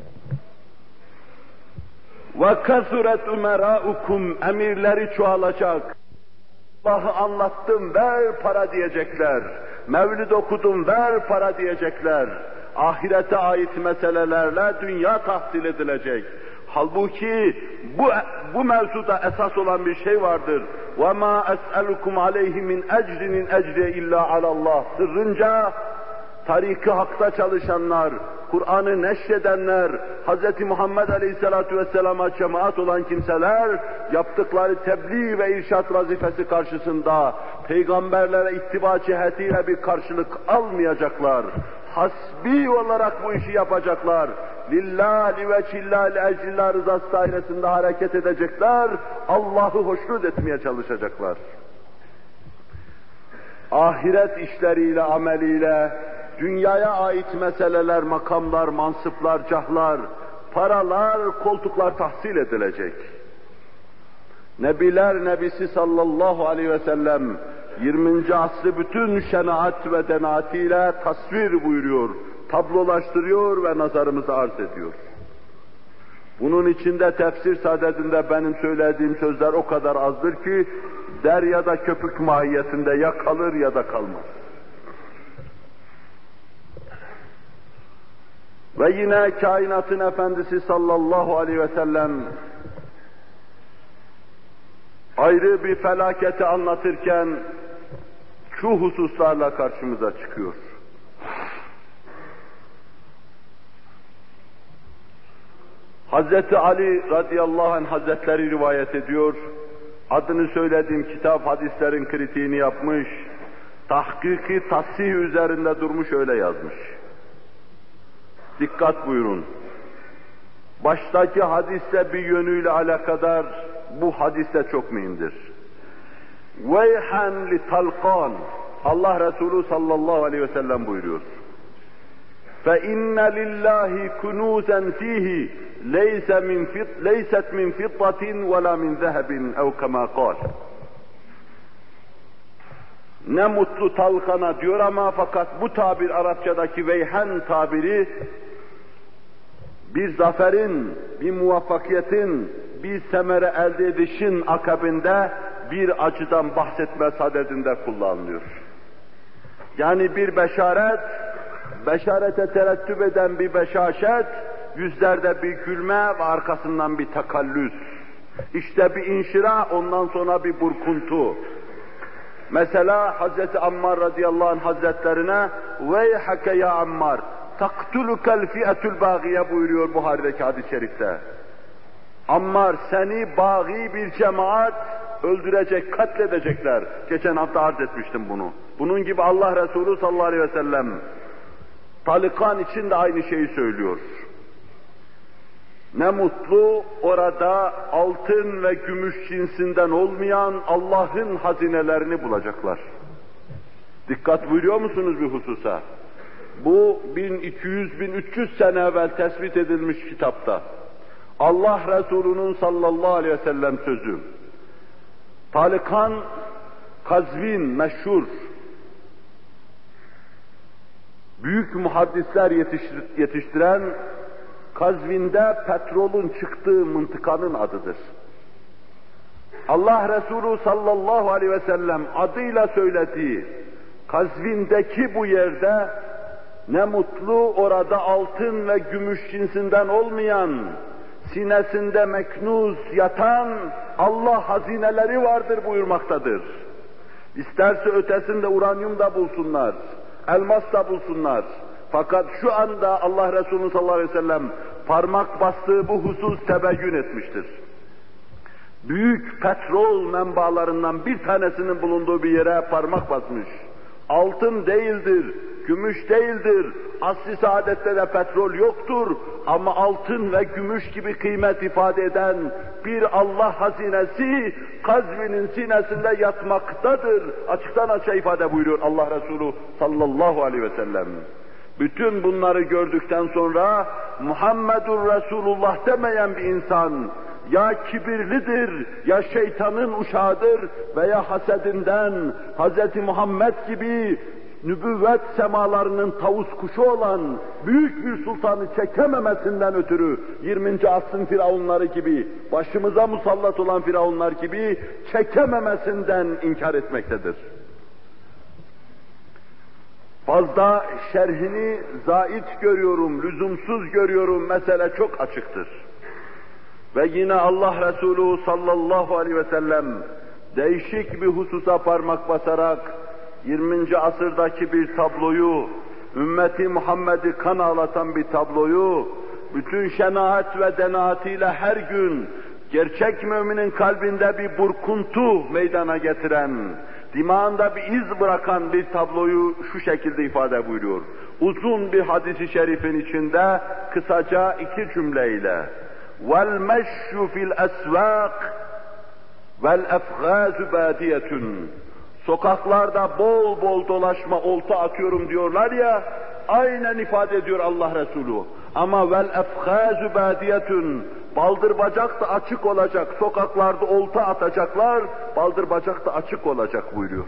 وَكَثُرَتْ اُمَرَاءُكُمْ Emirleri çoğalacak. Allah'ı anlattım, ver para diyecekler. Mevlid okudum, ver para diyecekler. Ahirete ait meselelerle dünya tahsil edilecek. Halbuki bu bu mevzuda esas olan bir şey vardır. وَمَا أَسْأَلُكُمْ عَلَيْهِ مِنْ اَجْرٍ اِنْ اَجْرِيَ اِلَّا عَلَى اللّٰهِ Sırrınca tariki hakta çalışanlar, Kur'an'ı neşredenler, Hz. Muhammed Aleyhisselatü Vesselam'a cemaat olan kimseler, yaptıkları tebliğ ve irşat vazifesi karşısında peygamberlere ittiba cihetiyle bir karşılık almayacaklar. Hasbi olarak bu işi yapacaklar. Lillah, liveçillah, liecillah rızası dairesinde hareket edecekler. Allah'ı hoşnut etmeye çalışacaklar. Ahiret işleriyle, ameliyle, dünyaya ait meseleler, makamlar, mansıplar, cahlar, paralar, koltuklar tahsil edilecek. Nebiler Nebisi sallallahu aleyhi ve sellem yirminci asrı bütün şenaat ve denaatiyle tasvir buyuruyor, tablolaştırıyor ve nazarımıza arz ediyor. Bunun içinde tefsir sadedinde benim söylediğim sözler o kadar azdır ki deryada köpük mahiyetinde ya kalır ya da kalmaz. Ve yine kainatın efendisi sallallahu aleyhi ve sellem ayrı bir felaketi anlatırken şu hususlarla karşımıza çıkıyor. Hazreti Ali radıyallahu anh hazretleri rivayet ediyor, adını söylediğim kitap hadislerin kritiğini yapmış, tahkiki tasih üzerinde durmuş öyle yazmış. Dikkat buyurun. Baştaki hadisle bir yönüyle alakadar, bu hadiste çok mühimdir. Veyhan li talqan. Allah Resulü sallallahu aleyhi ve sellem buyuruyor. Fe inne lillahi kunuzen fihi leyse min fit leyset min fiddatin ve la min zehebin ev kema kal. Ne mutlu talkana diyor ama fakat bu tabir Arapçadaki veyhan tabiri bir zaferin, bir muvaffakiyetin, bir semere elde edişin akabinde bir acıdan bahsetme sadedinde kullanılıyor. Yani bir beşaret, beşarete terettüp eden bir beşaşet, yüzlerde bir gülme ve arkasından bir takallüs. İşte bir inşira, ondan sonra bir burkuntu. Mesela Hazreti Ammar radıyallahu anh hazretlerine veyhake ya Ammar taktulukel fi'etul bagiye buyuruyor Buhari'deki hadis-i şerifte. Ammar seni bagi bir cemaat öldürecek, katledecekler. Geçen hafta arz etmiştim bunu. Bunun gibi Allah Resulü sallallahu aleyhi ve sellem Talikan için de aynı şeyi söylüyor. Ne mutlu orada altın ve gümüş cinsinden olmayan Allah'ın hazinelerini bulacaklar. Dikkat buyuruyor musunuz bir hususa? Bu bin iki yüz bin üç yüz sene evvel tespit edilmiş kitapta. Allah Resulü'nün sallallahu aleyhi ve sellem sözü. Talikan, Kazvin meşhur, büyük muhaddisler yetiştir, yetiştiren, Kazvin'de petrolün çıktığı mıntıkanın adıdır. Allah Resulü sallallahu aleyhi ve sellem adıyla söylediği Kazvin'deki bu yerde ne mutlu orada altın ve gümüş cinsinden olmayan, sinesinde meknuz yatan Allah hazineleri vardır buyurmaktadır. İsterse ötesinde uranyum da bulsunlar, elmas da bulsunlar. Fakat şu anda Allah Resulü sallallahu aleyhi ve sellem parmak bastığı bu husus tebeyyün etmiştir. büyük petrol menbaalarından bir tanesinin bulunduğu bir yere parmak basmış. Altın değildir, gümüş değildir, asr-ı saadette de petrol yoktur ama altın ve gümüş gibi kıymet ifade eden bir Allah hazinesi Kazvin'in sinesinde yatmaktadır. Açıktan açığa ifade buyuruyor Allah Resulü sallallahu aleyhi ve sellem. Bütün bunları gördükten sonra Muhammedur Resulullah demeyen bir insan ya kibirlidir, ya şeytanın uşağıdır veya hasedinden Hz. Muhammed gibi nübüvvet semalarının tavus kuşu olan büyük bir sultanı çekememesinden ötürü yirminci asrın firavunları gibi, başımıza musallat olan firavunlar gibi çekememesinden inkar etmektedir. Fazla şerhini zait görüyorum, lüzumsuz görüyorum, mesele çok açıktır. Ve yine Allah Resulü sallallahu aleyhi ve sellem değişik bir hususa parmak basarak yirminci asırdaki bir tabloyu, ümmeti Muhammed'i kan ağlatan bir tabloyu, bütün şenaat ve denaatiyle her gün gerçek müminin kalbinde bir burkuntu meydana getiren, dimağında bir iz bırakan bir tabloyu şu şekilde ifade buyuruyor. Uzun bir hadis-i şerifin içinde kısaca iki cümleyle وَالْمَشُّ فِي الْأَسْوَاقِ وَالْأَفْغَازُ بَادِيَةٌ Sokaklarda bol bol dolaşma, olta atıyorum diyorlar ya, aynen ifade ediyor Allah Resulü. Ama vel efhazu badiyetun, baldır bacak da açık olacak, sokaklarda olta atacaklar, baldır bacak da açık olacak buyuruyor.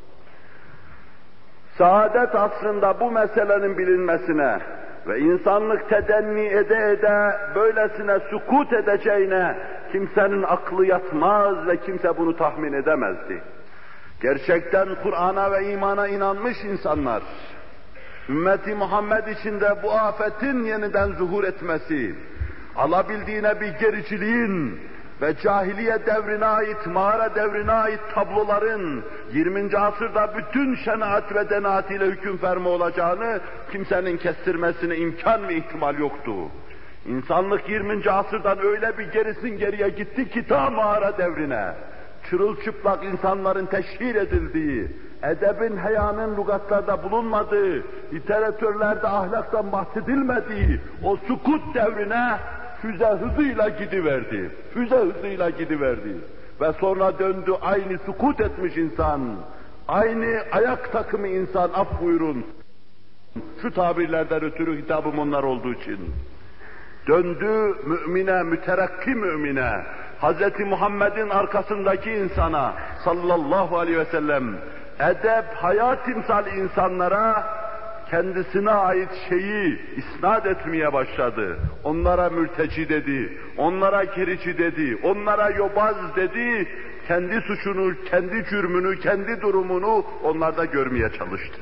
Saadet asrında bu meselenin bilinmesine ve insanlık tedenni ede ede böylesine sükut edeceğine kimsenin aklı yatmaz ve kimse bunu tahmin edemezdi. Gerçekten Kur'an'a ve imana inanmış insanlar, ümmeti Muhammed içinde bu afetin yeniden zuhur etmesi, alabildiğine bir gericiliğin ve cahiliye devrine ait, mağara devrine ait tabloların yirminci asırda bütün şenaat ve denaatiyle hüküm ferma olacağını kimsenin kestirmesine imkan ve ihtimal yoktu. İnsanlık yirminci asırdan öyle bir gerisin geriye gitti ki ta mağara devrine, çırılçıplak insanların teşhir edildiği, edebin, hayanın lügatlarda bulunmadığı, literatürlerde ahlaktan bahsedilmediği o sukut devrine füze hızıyla gidiverdi. Füze hızıyla gidiverdi. Ve sonra döndü aynı sukut etmiş insan, aynı ayak takımı insan, af buyurun. Şu tabirlerden ötürü hitabım onlar olduğu için. Döndü mümine, müterakki mümine, Hz. Muhammed'in arkasındaki insana sallallahu aleyhi ve sellem, edep, hayat timsali insanlara kendisine ait şeyi isnat etmeye başladı. Onlara mürteci dedi, onlara gerici dedi, onlara yobaz dedi, kendi suçunu, kendi cürmünü, kendi durumunu onlarda görmeye çalıştı.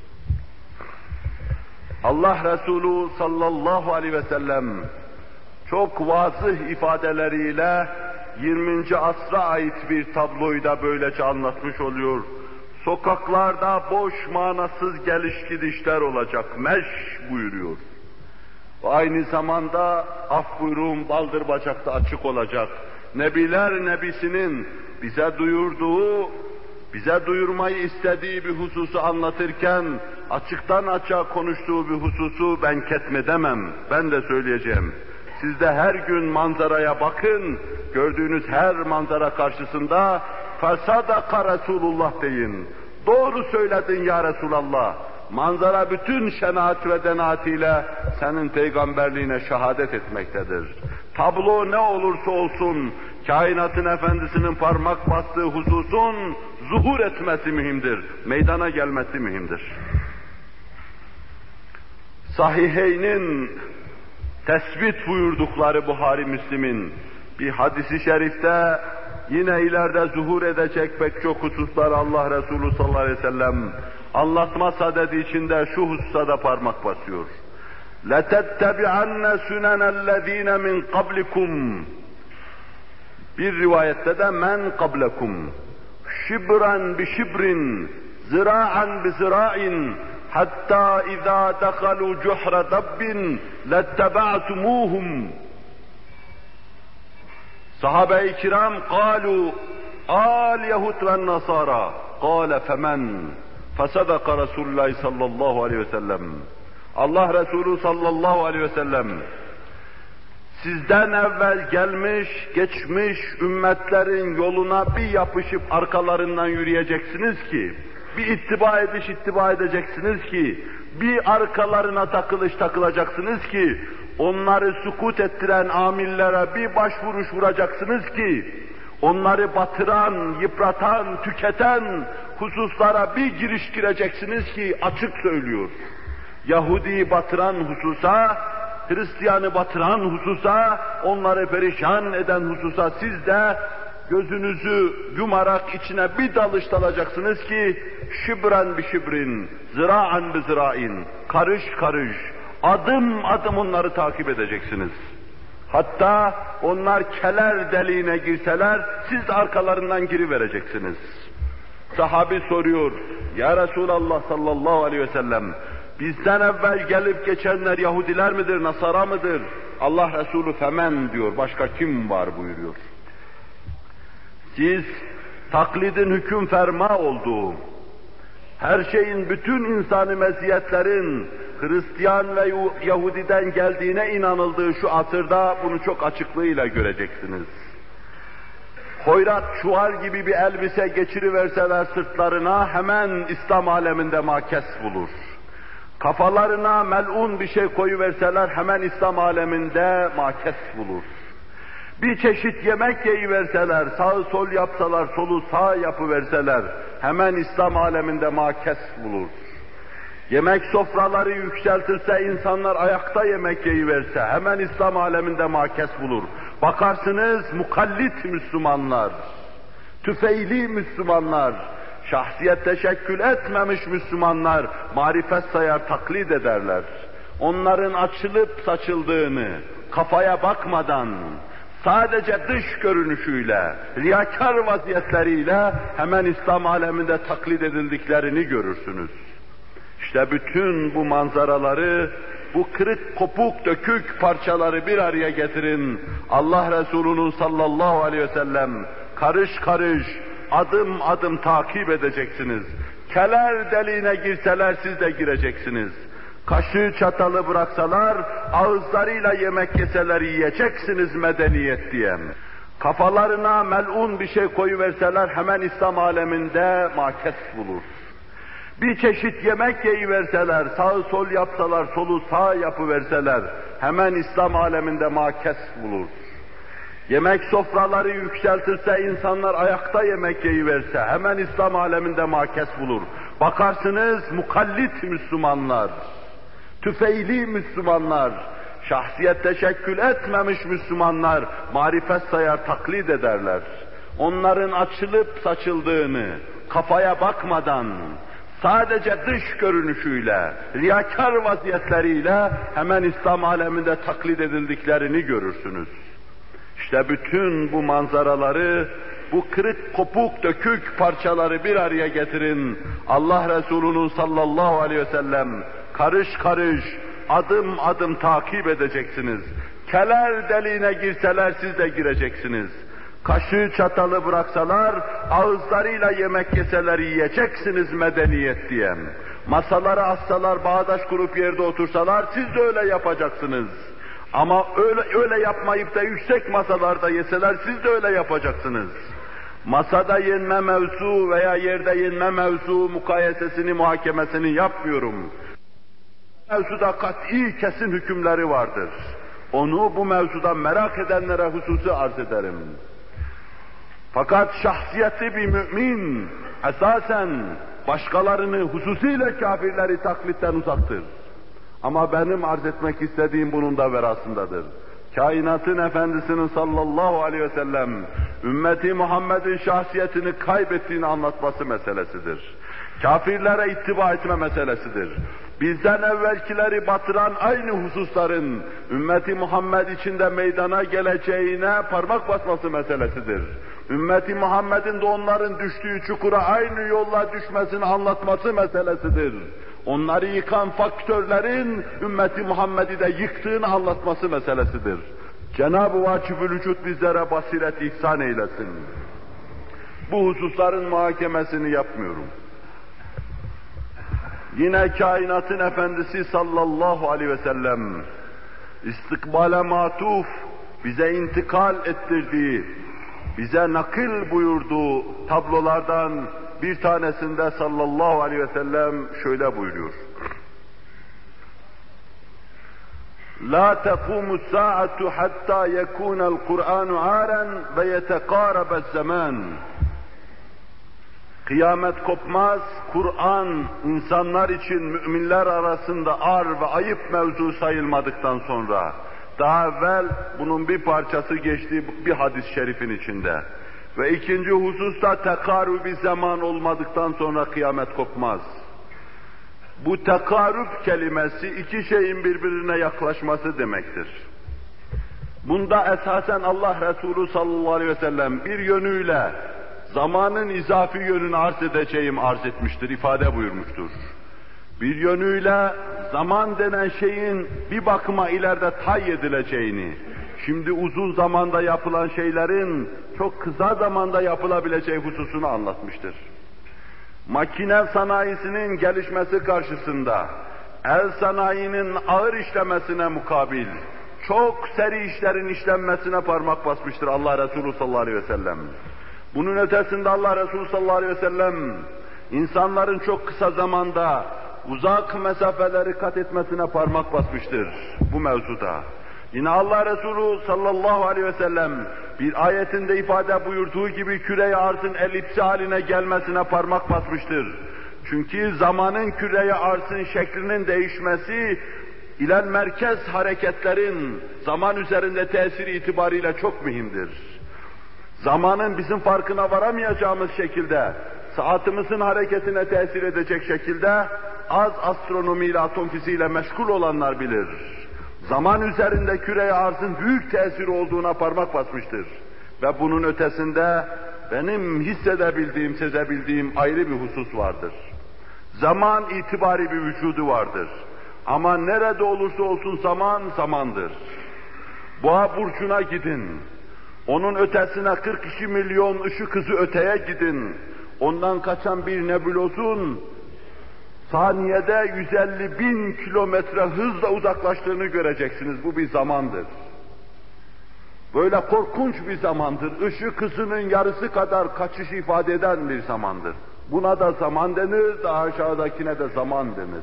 Allah Resulü sallallahu aleyhi ve sellem çok vazih ifadeleriyle yirminci asra ait bir tabloyu da böylece anlatmış oluyor. Sokaklarda boş, manasız geliş gidişler olacak, meş buyuruyor. Ve aynı zamanda af buyruğun baldır bacakta açık olacak. Nebiler Nebisi'nin bize duyurduğu, bize duyurmayı istediği bir hususu anlatırken açıktan açığa konuştuğu bir hususu ben ketmedemem, ben de söyleyeceğim. Siz de her gün manzaraya bakın, gördüğünüz her manzara karşısında "Fesadaka Resulullah" deyin. Doğru söyledin ya Resulallah. Manzara bütün şenaat ve denaatiyle senin peygamberliğine şehadet etmektedir. Tablo ne olursa olsun, kainatın efendisinin parmak bastığı hususun zuhur etmesi mühimdir, meydana gelmesi mühimdir. Sahiheynin tespit buyurdukları Buhari Müslim'in bir hadisi şerifte yine ileride zuhur edecek pek çok hususlar Allah Resulü sallallahu aleyhi ve sellem anlatma sadedi içinde şu hususa da parmak basıyor. لَتَتَّبِعَنَّ سُنَنَ الَّذ۪ينَ مِنْ قَبْلِكُمْ Bir rivayette de men qablekum şibran bi şibrin zira'an bi zira'in hatta iza dakalu cuhra dabbin letteba'tumuhum. Sahabe-i kiram قالوا al Yahud ve Nasara قال femen fesadaka Resulullah sallallahu aleyhi ve sellem. Allah Resulü sallallahu aleyhi ve sellem sizden evvel gelmiş, geçmiş ümmetlerin yoluna bir yapışıp arkalarından yürüyeceksiniz ki, bir ittiba ediş ittiba edeceksiniz ki, bir arkalarına takılış takılacaksınız ki, onları sukut ettiren amillere bir başvuruş vuracaksınız ki, onları batıran, yıpratan, tüketen hususlara bir giriş gireceksiniz ki açık söylüyor. Yahudi'yi batıran hususa, Hristiyan'ı batıran hususa, onları perişan eden hususa siz de gözünüzü yumarak içine bir dalış dalacaksınız ki şibren bi şibrin, zira'an bi zira'in, karış karış, adım adım onları takip edeceksiniz. Hatta onlar keler deliğine girseler siz de arkalarından girivereceksiniz. Sahabi soruyor, ya Resulallah sallallahu aleyhi ve sellem, bizden evvel gelip geçenler Yahudiler midir, Nasara mıdır? Allah Resulü femen diyor, başka kim var buyuruyor. Siz taklidin hüküm ferma olduğu, her şeyin, bütün insani meziyetlerin Hristiyan ve Yahudiden geldiğine inanıldığı şu asırda bunu çok açıklığıyla göreceksiniz. Hoyrat çuval gibi bir elbise geçiriverseler sırtlarına hemen İslam aleminde makes bulur. Kafalarına melun bir şey koyuverseler hemen İslam aleminde makes bulur. Bir çeşit yemek yiyiverseler, sağı sol yapsalar, solu sağ yapıverseler hemen İslam aleminde makes bulur. Yemek sofraları yükseltirse, insanlar ayakta yemek yiyiverse hemen İslam aleminde makes bulur. Bakarsınız mukallit Müslümanlar, tüfeili Müslümanlar, şahsiyet teşekkül etmemiş Müslümanlar marifet sayar, taklit ederler. Onların açılıp saçıldığını kafaya bakmadan, sadece dış görünüşüyle, riyakar vaziyetleriyle hemen İslam aleminde taklit edildiklerini görürsünüz. İşte bütün bu manzaraları, bu kırık, kopuk, dökük parçaları bir araya getirin. Allah Resulü'nün sallallahu aleyhi ve sellem karış karış, adım adım takip edeceksiniz. Keler deliğine girseler siz de gireceksiniz. Kaşığı çatalı bıraksalar, ağızlarıyla yemek yeseler yiyeceksiniz medeniyet diyen. Kafalarına melun bir şey koyuverseler hemen İslam aleminde makes bulur. Bir çeşit yemek yiyiverseler, sağı sol yapsalar, solu sağ yapıverseler hemen İslam aleminde makes bulur. Yemek sofraları yükseltirse, insanlar ayakta yemek yiyiverse hemen İslam aleminde makes bulur. Bakarsınız mukallit Müslümanlar, tüfeili Müslümanlar, şahsiyet teşekkül etmemiş Müslümanlar marifet sayar, taklit ederler. Onların açılıp saçıldığını kafaya bakmadan, sadece dış görünüşüyle, riyakar vaziyetleriyle hemen İslam aleminde taklit edildiklerini görürsünüz. İşte bütün bu manzaraları, bu kırık, kopuk, dökük parçaları bir araya getirin. Allah Resulü'nün sallallahu aleyhi ve sellem karış karış, adım adım takip edeceksiniz. Keler deliğine girseler siz de gireceksiniz. Kaşığı çatalı bıraksalar, ağızlarıyla yemek yeseler yiyeceksiniz medeniyet diyen. Masalara assalar, bağdaş kurup yerde otursalar siz de öyle yapacaksınız. Ama öyle öyle yapmayıp da yüksek masalarda yeseler siz de öyle yapacaksınız. Masada yenme mevzu veya yerde yenme mevzu mukayesesini, muhakemesini yapmıyorum. Mevzuda kat'i kesin hükümleri vardır. Onu bu mevzuda merak edenlere hususi arz ederim. Fakat şahsiyeti bir mümin esasen başkalarını, hususiyle kafirleri taklitten uzaktır. Ama benim arz etmek istediğim bunun da verasındadır. Kainatın Efendisi'nin sallallahu aleyhi ve sellem ümmeti Muhammed'in şahsiyetini kaybettiğini anlatması meselesidir. Kafirlere ittiba etme meselesidir. Bizden evvelkileri batıran aynı hususların ümmeti Muhammed içinde meydana geleceğine parmak basması meselesidir. Ümmeti Muhammed'in de onların düştüğü çukura aynı yolla düşmesini anlatması meselesidir. Onları yıkan faktörlerin ümmeti Muhammed'i de yıktığını anlatması meselesidir. Cenab-ı Vacib-ül Vücud bizlere basiret ihsan eylesin. Bu hususların muhakemesini yapmıyorum. Yine kainatın efendisi sallallahu aleyhi ve sellem istikbale matuf bize intikal ettirdiği, bize nakil buyurduğu tablolardan bir tanesinde sallallahu aleyhi ve sellem şöyle buyuruyor. La tequmu saatu hatta yekuna'l Kur'anu aren ve yeteqarabez zaman. Kıyamet kopmaz, Kur'an insanlar için müminler arasında ar ve ayıp mevzu sayılmadıktan sonra, daha evvel bunun bir parçası geçti bir hadis-i şerifin içinde. Ve ikinci hususta tekarüb-i zaman olmadıktan sonra kıyamet kopmaz. Bu tekarüb kelimesi iki şeyin birbirine yaklaşması demektir. Bunda esasen Allah Resulü sallallahu aleyhi ve sellem bir yönüyle zamanın izafi yönünü arz edeceğim arz etmiştir, ifade buyurmuştur. Bir yönüyle zaman denen şeyin bir bakıma ileride tay edileceğini, şimdi uzun zamanda yapılan şeylerin çok kısa zamanda yapılabileceği hususunu anlatmıştır. Makine sanayisinin gelişmesi karşısında, el sanayinin ağır işlemesine mukabil, çok seri işlerin işlenmesine parmak basmıştır Allah Resulü sallallahu aleyhi ve sellem. Bunun ötesinde Allah Resulü sallallahu aleyhi ve sellem, insanların çok kısa zamanda uzak mesafeleri kat etmesine parmak basmıştır bu mevzuda. Yine Allah Resulü sallallahu aleyhi ve sellem bir ayetinde ifade buyurduğu gibi küre-i arzın elipsi haline gelmesine parmak basmıştır. Çünkü zamanın küre-i arzın şeklinin değişmesi, ilal merkez hareketlerin zaman üzerinde tesiri itibariyle çok mühimdir. Zamanın bizim farkına varamayacağımız şekilde, saatimizin hareketine tesir edecek şekilde az astronomiyle, atom fiziğiyle meşgul olanlar bilir. Zaman üzerinde küre-i arzın büyük tesiri olduğuna parmak basmıştır. Ve bunun ötesinde benim hissedebildiğim, sezebildiğim ayrı bir husus vardır. Zaman itibari bir vücudu vardır. Ama nerede olursa olsun zaman, zamandır. Boğa burcuna gidin. Onun ötesine kırk iki milyon ışık hızı öteye gidin. Ondan kaçan bir nebulozun saniyede yüz elli bin kilometre hızla uzaklaştığını göreceksiniz. Bu bir zamandır. Böyle korkunç bir zamandır. Işık hızının yarısı kadar kaçış ifade eden bir zamandır. Buna da zaman denir, daha aşağıdakine de zaman denir.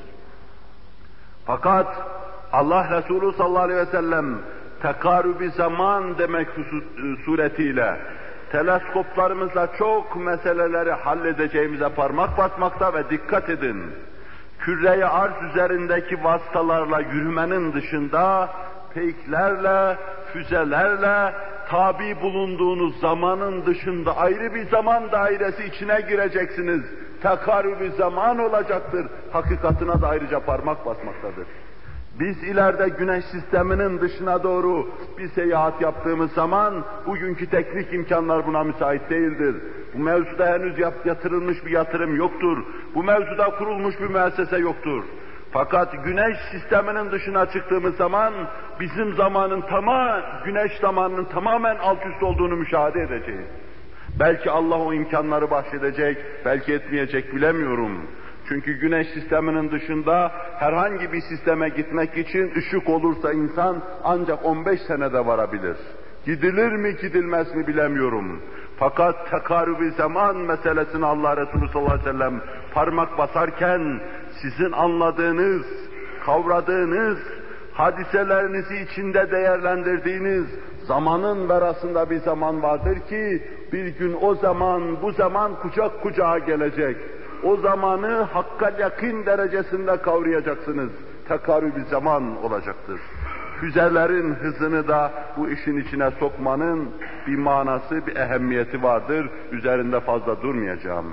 Fakat Allah Resulü sallallahu aleyhi ve sellem tekarüb-i zaman demek suretiyle teleskoplarımızla çok meseleleri halledeceğimize parmak basmakta ve dikkat edin. Küre-i arz üzerindeki vasıtalarla yürümenin dışında peyklerle, füzelerle tabi bulunduğunuz zamanın dışında ayrı bir zaman dairesi içine gireceksiniz. Tekarüb-i zaman olacaktır. Hakikatına da ayrıca parmak basmaktadır. Biz ileride güneş sisteminin dışına doğru bir seyahat yaptığımız zaman bugünkü teknik imkanlar buna müsait değildir. Bu mevzuda henüz yatırılmış bir yatırım yoktur. Bu mevzuda kurulmuş bir müessese yoktur. Fakat güneş sisteminin dışına çıktığımız zaman bizim zamanın tamam, güneş zamanının tamamen alt üst olduğunu müşahede edeceğiz. Belki Allah o imkanları bahşedecek, belki etmeyecek bilemiyorum. Çünkü güneş sisteminin dışında herhangi bir sisteme gitmek için ışık olursa insan ancak on beş senede varabilir. Gidilir mi gidilmez mi bilemiyorum. Fakat tekarüb-i zaman meselesini Allah Resulü sallallahu aleyhi ve sellem parmak basarken sizin anladığınız, kavradığınız, hadiselerinizi içinde değerlendirdiğiniz zamanın verasında bir zaman vardır ki bir gün o zaman, bu zaman kucak kucağa gelecek. O zamanı hakka yakın derecesinde kavrayacaksınız. Tekarüb-i zaman olacaktır. Füzelerin hızını da bu işin içine sokmanın bir manası, bir ehemmiyeti vardır. Üzerinde fazla durmayacağım.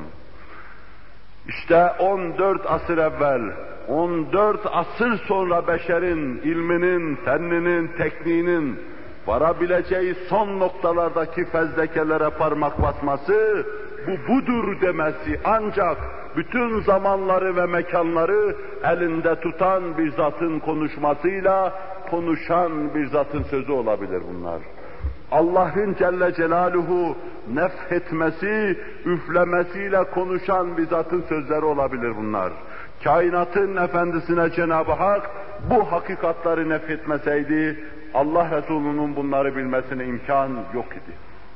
İşte on dört asır evvel, on dört asır sonra beşerin ilminin, fenninin, tekniğinin varabileceği son noktalardaki fezlekelere parmak basması, bu budur demesi ancak bütün zamanları ve mekanları elinde tutan bir zatın konuşmasıyla, konuşan bir zatın sözü olabilir bunlar. Allah'ın Celle Celaluhu nefhetmesi, üflemesiyle konuşan bir zatın sözleri olabilir bunlar. Kainatın efendisine Cenab-ı Hak bu hakikatları nefhetmeseydi, Allah Resulü'nün bunları bilmesine imkan yok idi.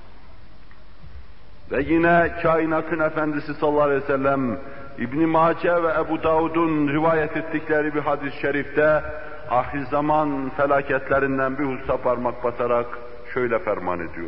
Ve yine kainatın efendisi sallallahu aleyhi ve sellem, İbn-i Mace ve Ebu Davud'un rivayet ettikleri bir hadis-i şerifte, ahir zaman felaketlerinden bir hususa parmak basarak şöyle ferman ediyor.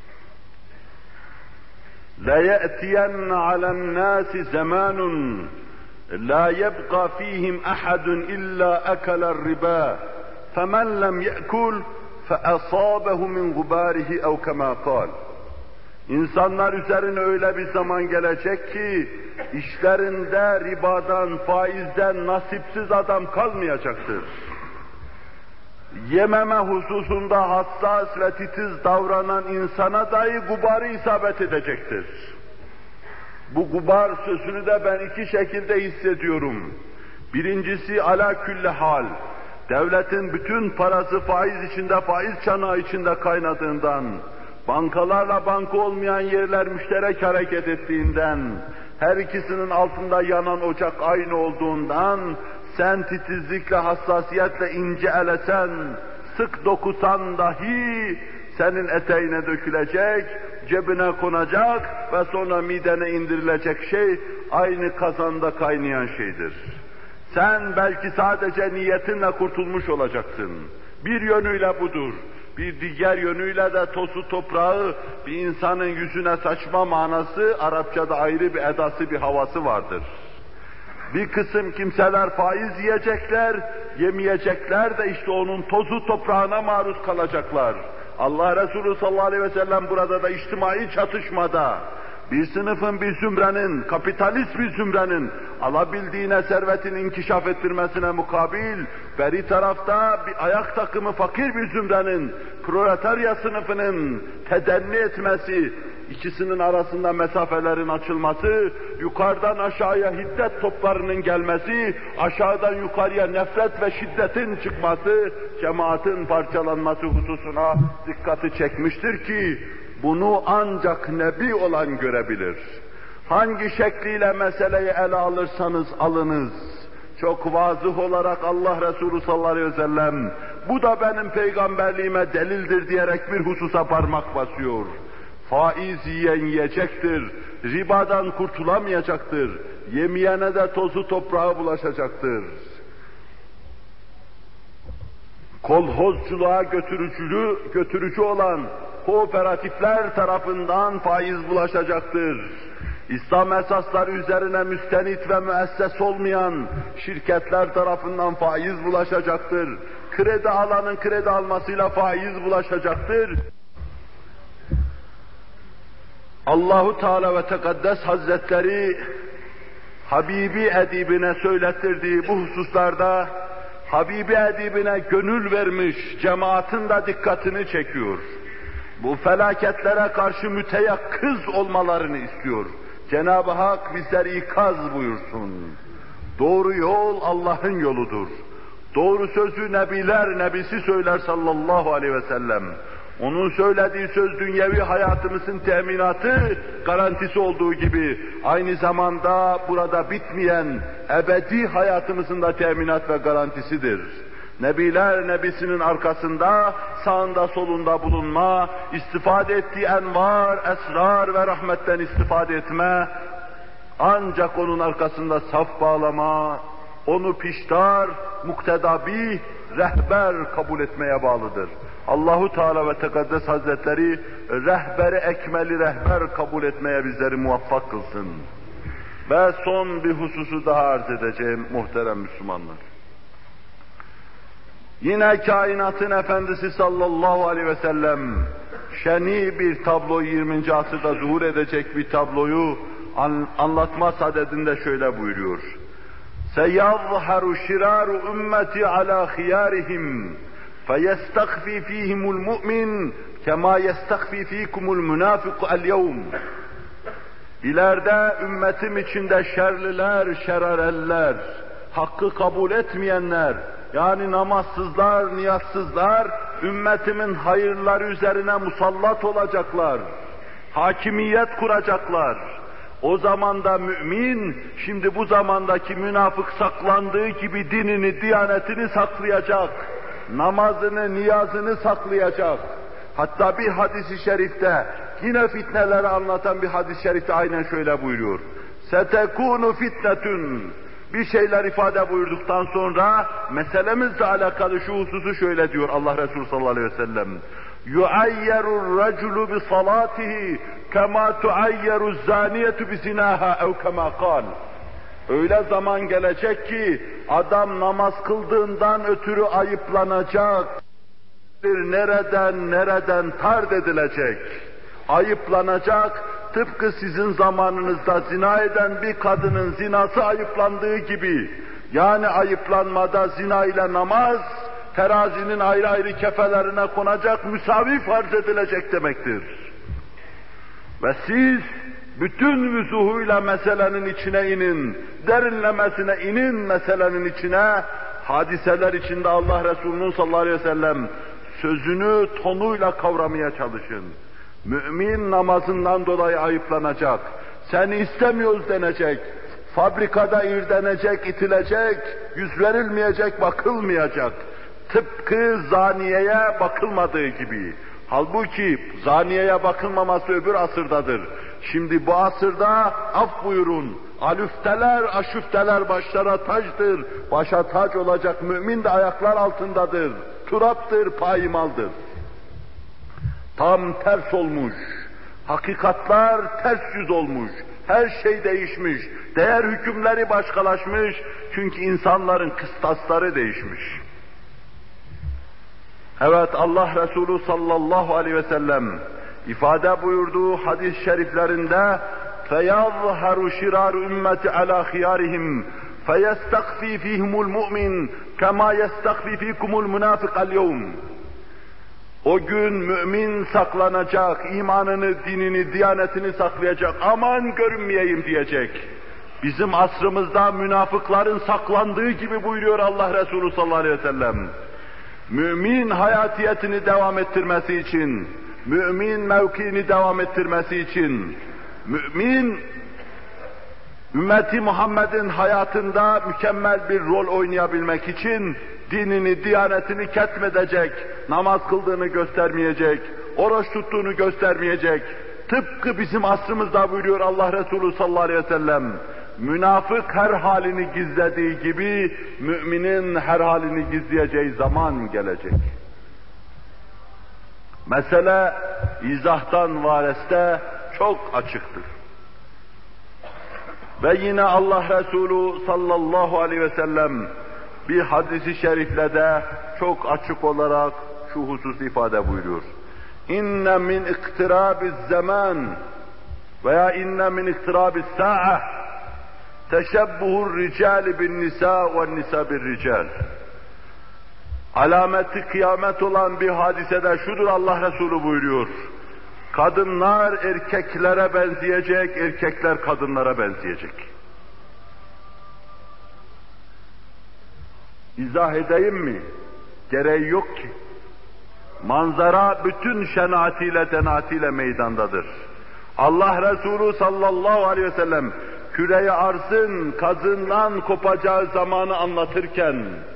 لَيَأْتِيَنَّ عَلَى النَّاسِ زَمَانٌ لَا يَبْقَى فِيهِمْ أَحَدٌ إِلَّا أَكَلَ الرِّبَا فَمَنْ لَمْ يَأْكُلْ فَأَصَابَهُ مِنْ غُبَارِهِ اَوْ كَمَا قَالَ. İnsanlar üzerine öyle bir zaman gelecek ki, işlerinde ribadan, faizden nasipsiz adam kalmayacaktır. Yememe hususunda hassas ve titiz davranan insana dahi gubarı isabet edecektir. Bu gubar sözünü de ben iki şekilde hissediyorum. Birincisi ala külli hal, devletin bütün parası faiz içinde, faiz çanağı içinde kaynadığından, bankalarla banka olmayan yerler müşterek hareket ettiğinden, her ikisinin altında yanan ocak aynı olduğundan, sen titizlikle, hassasiyetle ince elesen, sık dokusan dahi senin eteğine dökülecek, cebine konacak ve sonra midene indirilecek şey aynı kazanda kaynayan şeydir. Sen belki sadece niyetinle kurtulmuş olacaksın. Bir yönüyle budur. Bir diğer yönüyle de tozu toprağı bir insanın yüzüne saçma manası, Arapçada ayrı bir edası, bir havası vardır. Bir kısım kimseler faiz yiyecekler, yemeyecekler de işte onun tozu toprağına maruz kalacaklar. Allah Resulü sallallahu aleyhi ve sellem burada da içtimai çatışmada, bir sınıfın, bir zümrenin, kapitalist bir zümrenin alabildiğine servetini inkişaf ettirmesine mukabil, beri tarafta bir ayak takımı fakir bir zümrenin, proletarya sınıfının tedenni etmesi, ikisinin arasında mesafelerin açılması, yukarıdan aşağıya hiddet toplarının gelmesi, aşağıdan yukarıya nefret ve şiddetin çıkması, cemaatin parçalanması hususuna dikkati çekmiştir ki, bunu ancak Nebi olan görebilir. Hangi şekliyle meseleyi ele alırsanız alınız, çok vazıh olarak Allah Resulü sallallahu aleyhi ve sellem, bu da benim peygamberliğime delildir diyerek bir hususa parmak basıyor. Faiz yiyen yiyecektir, ribadan kurtulamayacaktır, yemeyene de tozu toprağı bulaşacaktır. Kolhozculuğa götürücülü, götürücü olan kooperatifler tarafından faiz bulaşacaktır. İslam esasları üzerine müstenit ve müesses olmayan şirketler tarafından faiz bulaşacaktır. Kredi alanın kredi almasıyla faiz bulaşacaktır. Allahu Teala ve Tekaddes Hazretleri Habibi edibine söylettirdiği bu hususlarda Habibi edibine gönül vermiş cemaatin de dikkatini çekiyor. Bu felaketlere karşı müteyakkız olmalarını istiyor. Cenab-ı Hak bizleri ikaz buyursun. Doğru yol Allah'ın yoludur. Doğru sözü Nebiler Nebisi söyler sallallahu aleyhi ve sellem. Onun söylediği söz dünyevi hayatımızın teminatı, garantisi olduğu gibi aynı zamanda burada bitmeyen ebedi hayatımızın da teminat ve garantisidir. Nebiler Nebisi'nin arkasında, sağında solunda bulunma, istifade ettiği envar, esrar ve rahmetten istifade etme, ancak onun arkasında saf bağlama, onu piştar, muktedabi, rehber kabul etmeye bağlıdır. Allahu Teala ve Tekaddes Hazretleri rehberi ekmeli rehber kabul etmeye bizleri muvaffak kılsın. Ve son bir hususu daha arz edeceğim muhterem Müslümanlar. Yine kainatın efendisi sallallahu aleyhi ve sellem şeni bir tabloyu yirminci asırda zuhur edecek bir tabloyu an, anlatma sadedinde şöyle buyuruyor. Seyazharu şiraru ümmeti ala khiyarihim feyestakfi fihimul mu'min kema yestakfi fikumul münafiku el yevm. İleride ümmetim içinde şerliler, şerereller, hakkı kabul etmeyenler, yani namazsızlar, niyazsızlar, ümmetimin hayırları üzerine musallat olacaklar. Hakimiyet kuracaklar. O zamanda mümin, şimdi bu zamandaki münafık saklandığı gibi dinini, diyanetini saklayacak. Namazını, niyazını saklayacak. Hatta bir hadis-i şerifte, yine fitneleri anlatan bir hadis-i şerifte aynen şöyle buyuruyor. Setekunu fitnetun. Bir şeyler ifade buyurduktan sonra meselemizle alakalı şu hususu şöyle diyor Allah Resulü sallallahu aleyhi ve sellem. Yu'ayyeru raculu bi salatihi kema tu'ayyeru zaniyetu bi zinaha ev kema kal. Öyle zaman gelecek ki adam namaz kıldığından ötürü ayıplanacak. Nereden nereden tard edilecek. Ayıplanacak. Tıpkı sizin zamanınızda zina eden bir kadının zinası ayıplandığı gibi, yani ayıplanmada zina ile namaz, terazinin ayrı ayrı kefelerine konacak, müsavi farz edilecek demektir. Ve siz bütün vüzuhuyla meselenin içine inin, derinlemesine inin meselenin içine, hadiseler içinde Allah Resulü'nün sallallahu aleyhi ve sellem sözünü tonuyla kavramaya çalışın. Mümin namazından dolayı ayıplanacak, seni istemiyoruz denecek, fabrikada irdenecek, itilecek, yüz verilmeyecek, bakılmayacak. Tıpkı zaniyeye bakılmadığı gibi. Halbuki zaniyeye bakılmaması öbür asırdadır. Şimdi bu asırda af buyurun, alüfteler, aşüfteler başlara tacdır, başa tac olacak mümin de ayaklar altındadır, turaptır, payimaldır. Tam ters olmuş, hakikatlar ters yüz olmuş, her şey değişmiş, değer hükümleri başkalaşmış, çünkü insanların kıstasları değişmiş. Evet, Allah Resulü sallallahu aleyhi ve sellem ifade buyurduğu hadis-i şeriflerinde فَيَظْهَرُ شِرَارُ ümmeti عَلَى خِيَارِهِمْ فَيَسْتَخْفِي فِيهِمُ الْمُؤْمِنِ كَمَا يَسْتَخْفِي فِيكُمُ الْمُنَافِقَ الْيَوْمِ. O gün mümin saklanacak, imanını, dinini, diyanetini saklayacak, aman görünmeyeyim diyecek. Bizim asrımızda münafıkların saklandığı gibi buyuruyor Allah Resulü sallallahu aleyhi ve sellem. Mümin hayatiyetini devam ettirmesi için, mümin mevkiini devam ettirmesi için, mümin ümmeti Muhammed'in hayatında mükemmel bir rol oynayabilmek için dinini, diyanetini ketmedecek, namaz kıldığını göstermeyecek, oruç tuttuğunu göstermeyecek. Tıpkı bizim asrımızda buyuruyor Allah Resulü sallallahu aleyhi ve sellem. Münafık her halini gizlediği gibi müminin her halini gizleyeceği zaman gelecek. Mesele izahtan vareste çok açıktır. Ve yine Allah Resulü sallallahu aleyhi ve sellem bir hadis-i şerifle de çok açık olarak şu hususu ifade buyuruyor. İnne min iktirabiz zaman veya inne min iktirabiz sa'a teşebbuhur ricali bin nisa ve nisa bir rical. Alameti kıyamet olan bir hadisede şudur Allah Resulü buyuruyor. Kadınlar erkeklere benzeyecek, erkekler kadınlara benzeyecek. İzah edeyim mi? Gereği yok ki. Manzara bütün şenaatiyle, denaatiyle meydandadır. Allah Resulü sallallahu aleyhi ve sellem küre-i arzın kazından kopacağı zamanı anlatırken,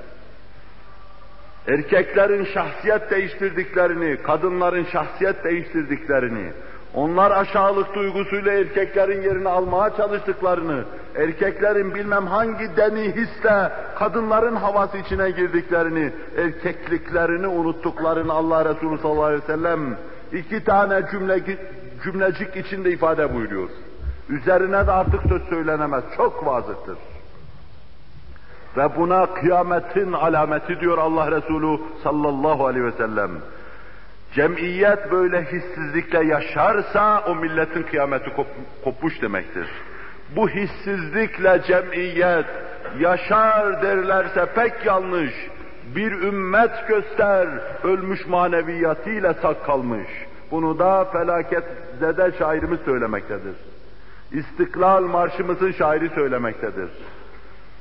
erkeklerin şahsiyet değiştirdiklerini, kadınların şahsiyet değiştirdiklerini, onlar aşağılık duygusuyla erkeklerin yerini almaya çalıştıklarını, erkeklerin bilmem hangi deni hisle kadınların havası içine girdiklerini, erkekliklerini unuttuklarını Allah Resulü sallallahu aleyhi ve sellem iki tane cümle, cümlecik içinde ifade buyuruyor. Üzerine de artık söz söylenemez, çok vazıhtır. Ve buna kıyametin alameti diyor Allah Resulü sallallahu aleyhi ve sellem. Cemiyet böyle hissizlikle yaşarsa o milletin kıyameti kop kopmuş demektir. Bu hissizlikle cemiyet yaşar derlerse pek yanlış. Bir ümmet göster, ölmüş maneviyatıyla sak kalmış. Bunu da felaket zede şairimiz söylemektedir. İstiklal Marşımızın şairi söylemektedir.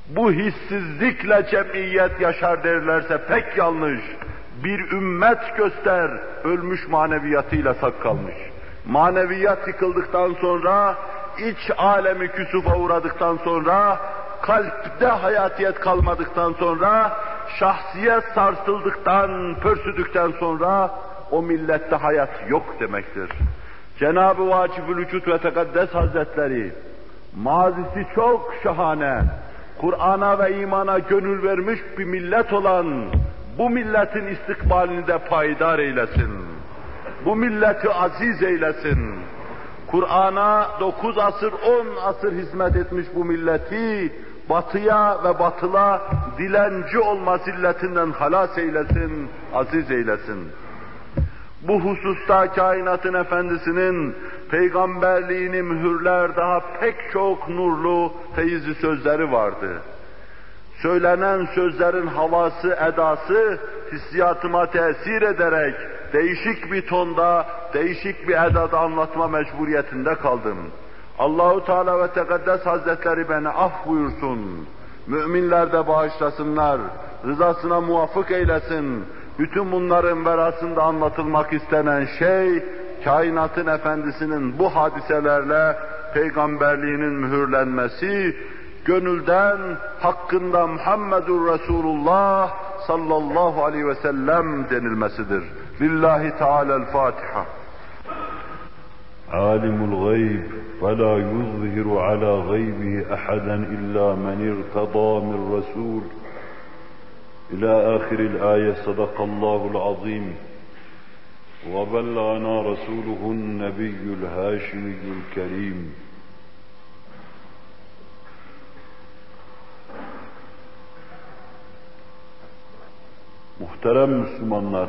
bu hissizlikle cemiyet yaşar derlerse pek yanlış. Bir ümmet göster, ölmüş maneviyatıyla sak kalmış. Maneviyat yıkıldıktan sonra, iç alemi küsufa uğradıktan sonra, kalpte hayatiyet kalmadıktan sonra, şahsiyet sarsıldıktan, pörsüdükten sonra, o millette hayat yok demektir. Cenab-ı Vacib-ül Vücud ve Tekaddes Hazretleri, mazisi çok şahane, Kur'an'a ve imana gönül vermiş bir millet olan, bu milletin istikbalini de payidar eylesin. Bu milleti aziz eylesin. Kur'an'a dokuz asır, on asır hizmet etmiş bu milleti, batıya ve batıla dilenci olma zilletinden halas eylesin, aziz eylesin. Bu hususta kainatın efendisinin peygamberliğini mühürler daha pek çok nurlu feyizli sözleri vardı. Söylenen sözlerin havası, edası hissiyatıma tesir ederek değişik bir tonda, değişik bir edada anlatma mecburiyetinde kaldım. Allahu Teala ve Tekaddes Hazretleri beni af buyursun. Müminler de bağışlasınlar, rızasına muvafık eylesin. Bütün bunların verasında anlatılmak istenen şey, kainatın efendisinin bu hadiselerle peygamberliğinin mühürlenmesi, gönülden hakkında Muhammedur Resulullah sallallahu aleyhi ve sellem denilmesidir. Lillahi Teala'l-Fatiha. Alimul gayb ve la yuzhiru ala gaybihi ahadan illa men irtada min rasul. İlâ âhiril âye sadakallâhul azîm. Ve bellagana rasûluhun nebiyyül hâşimiyyül kerîm. Muhterem Müslümanlar,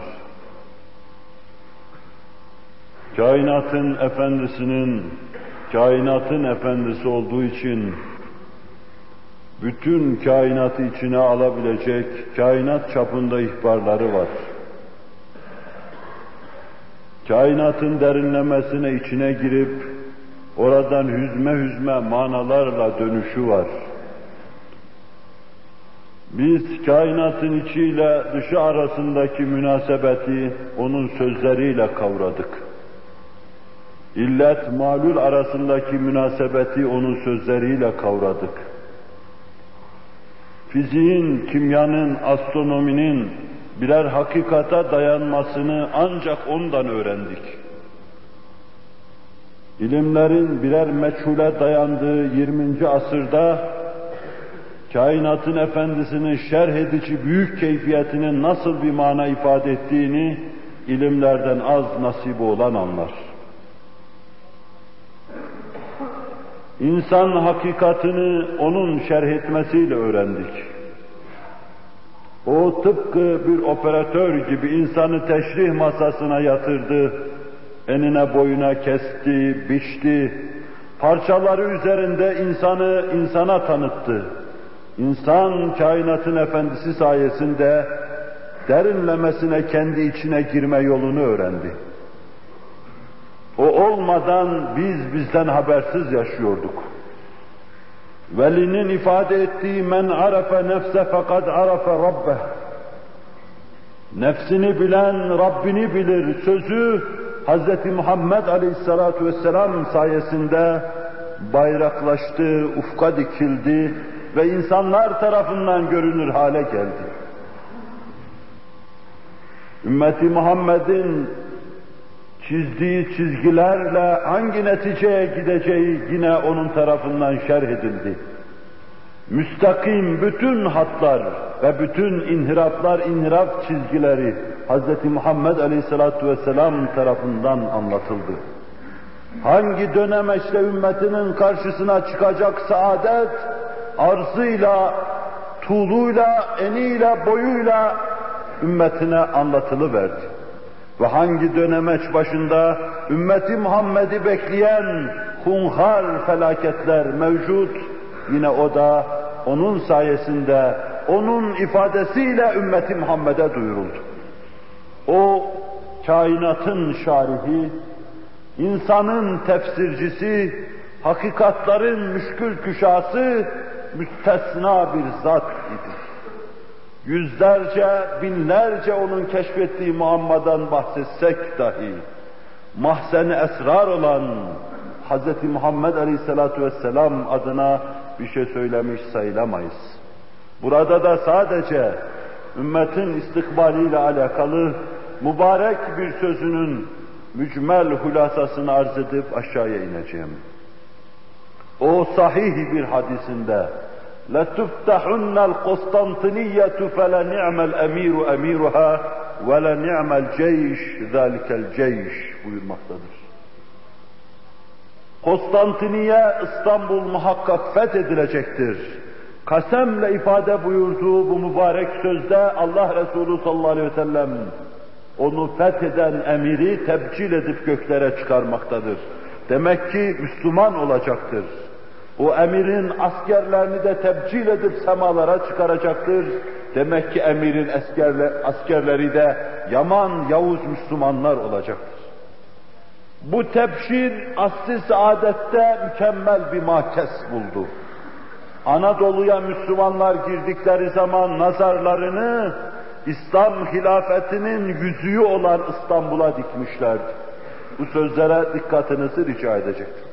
kainatın efendisinin, kainatın efendisi olduğu için, bütün kainatı içine alabilecek kainat çapında ihbarları var. Kainatın derinlemesine içine girip, oradan hüzme hüzme manalarla dönüşü var. Biz kainatın içiyle dışı arasındaki münasebeti onun sözleriyle kavradık. İllet malul arasındaki münasebeti onun sözleriyle kavradık. Fiziğin, kimyanın, astronominin birer hakikata dayanmasını ancak ondan öğrendik. İlimlerin birer meçhule dayandığı yirminci asırda kainatın efendisinin şerh edici büyük keyfiyetinin nasıl bir mana ifade ettiğini ilimlerden az nasibi olan anlar. İnsan hakikatini onun şerh etmesiyle öğrendik. O tıpkı bir operatör gibi insanı teşrih masasına yatırdı, enine boyuna kesti, biçti, parçaları üzerinde insanı insana tanıttı. İnsan kainatın efendisi sayesinde derinlemesine kendi içine girme yolunu öğrendi. O olmadan biz bizden habersiz yaşıyorduk. Velinin ifade ettiği men arafe nefse fekad arafe rabbeh. Nefsini bilen Rabbini bilir sözü Hz. Muhammed Aleyhisselatü Vesselam sayesinde bayraklaştı, ufka dikildi ve insanlar tarafından görünür hale geldi. Ümmeti Muhammed'in çizdiği çizgilerle hangi neticeye gideceği yine onun tarafından şerh edildi. Müstakim bütün hatlar ve bütün inhiraflar, inhiraf çizgileri Hz. Muhammed Aleyhisselatü Vesselam tarafından anlatıldı. Hangi dönemeçte ümmetinin karşısına çıkacak saadet, arzıyla, tuğluyla, eniyle, boyuyla ümmetine anlatılıverdi. Ve hangi dönemeç başında ümmeti Muhammed'i bekleyen hunhar felaketler mevcut, yine o da onun sayesinde, onun ifadesiyle ümmeti Muhammed'e duyuruldu. O, kainatın şarihi, insanın tefsircisi, hakikatların müşkül küşası, müstesna bir zat idi. Yüzlerce, binlerce onun keşfettiği muammadan bahsetsek dahi, mahzen-i esrar olan Hz. Muhammed Aleyhisselatü Vesselam adına bir şey söylemiş sayılamayız. Burada da sadece ümmetin istikbaliyle alakalı mübarek bir sözünün mücmel hulasasını arz edip aşağıya ineceğim. O sahih bir hadisinde لَتُفْتَحُنَّ الْقُسْطَنْطِنِيَّةُ فَلَنِعْمَ الْاَمِيرُ اَمِيرُهَا وَلَنِعْمَ الْجَيْشِ ذَٰلِكَ الْجَيْشِ buyurmaktadır. Konstantiniye, İstanbul muhakkak fethedilecektir. Kasemle ifade buyurduğu bu mübarek sözde Allah Resulü sallallahu aleyhi ve sellem onu fetheden emiri tebcil edip göklere çıkarmaktadır. Demek ki Müslüman olacaktır. O emirin askerlerini de tebcil edip semalara çıkaracaktır. Demek ki emirin askerler, askerleri de yaman, yavuz Müslümanlar olacaktır. Bu tebşir asr-ı saadette mükemmel bir mahkes buldu. Anadolu'ya Müslümanlar girdikleri zaman nazarlarını İslam hilafetinin yüzüğü olan İstanbul'a dikmişlerdi. Bu sözlere dikkatinizi rica edecektim.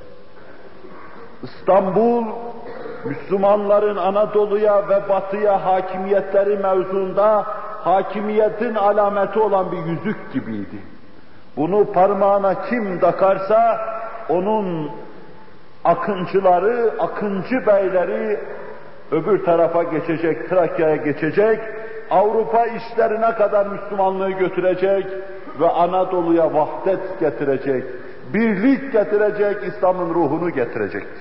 İstanbul, Müslümanların Anadolu'ya ve Batı'ya hakimiyetleri mevzuunda hakimiyetin alameti olan bir yüzük gibiydi. Bunu parmağına kim takarsa onun akıncıları, akıncı beyleri öbür tarafa geçecek, Trakya'ya geçecek, Avrupa işlerine kadar Müslümanlığı götürecek ve Anadolu'ya vahdet getirecek, birlik getirecek, İslam'ın ruhunu getirecekti.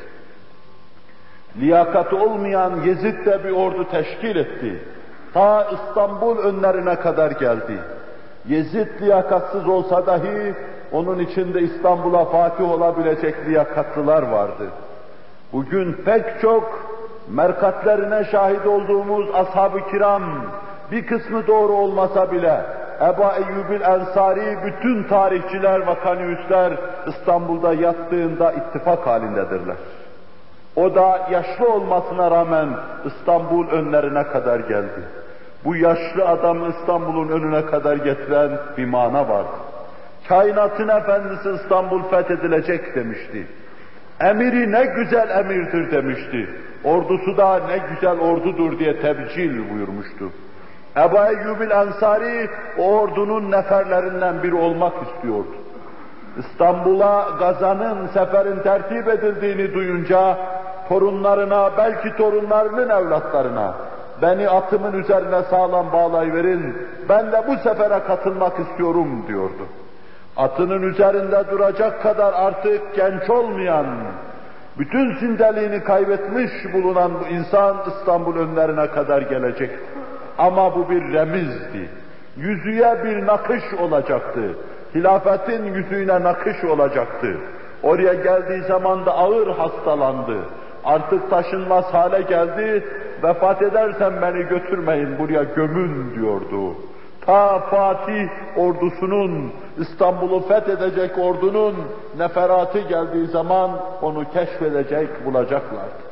Liyakati olmayan Yezid de bir ordu teşkil etti. Ta İstanbul önlerine kadar geldi. Yezid liyakatsız olsa dahi onun içinde İstanbul'a fatih olabilecek liyakatlılar vardı. Bugün pek çok merkatlerine şahit olduğumuz ashab-ı kiram, bir kısmı doğru olmasa bile Ebu Eyyubil Ensari, bütün tarihçiler ve kaniyüsler İstanbul'da yattığında ittifak halindedirler. O da yaşlı olmasına rağmen İstanbul önlerine kadar geldi. Bu yaşlı adamı İstanbul'un önüne kadar getiren bir mana vardı. Kainatın efendisi İstanbul fethedilecek demişti. Emiri ne güzel emirdir demişti. Ordusu da ne güzel ordudur diye tebcil buyurmuştu. Ebu Eyyubil Ensari o ordunun neferlerinden biri olmak istiyordu. İstanbul'a gazanın, seferin tertip edildiğini duyunca torunlarına, belki torunlarının evlatlarına beni atımın üzerine sağlam bağlayıverin, ben de bu sefere katılmak istiyorum diyordu. Atının üzerinde duracak kadar artık genç olmayan, bütün sindeliğini kaybetmiş bulunan bu insan İstanbul önlerine kadar gelecekti. Ama bu bir remizdi. Yüzüğe bir nakış olacaktı. Hilafetin yüzüğüne nakış olacaktı. Oraya geldiği zaman da ağır hastalandı. Artık taşınmaz hale geldi. Vefat edersen beni götürmeyin, buraya gömün diyordu. Ta Fatih ordusunun, İstanbul'u fethedecek ordunun neferatı geldiği zaman onu keşfedecek, bulacaklardı.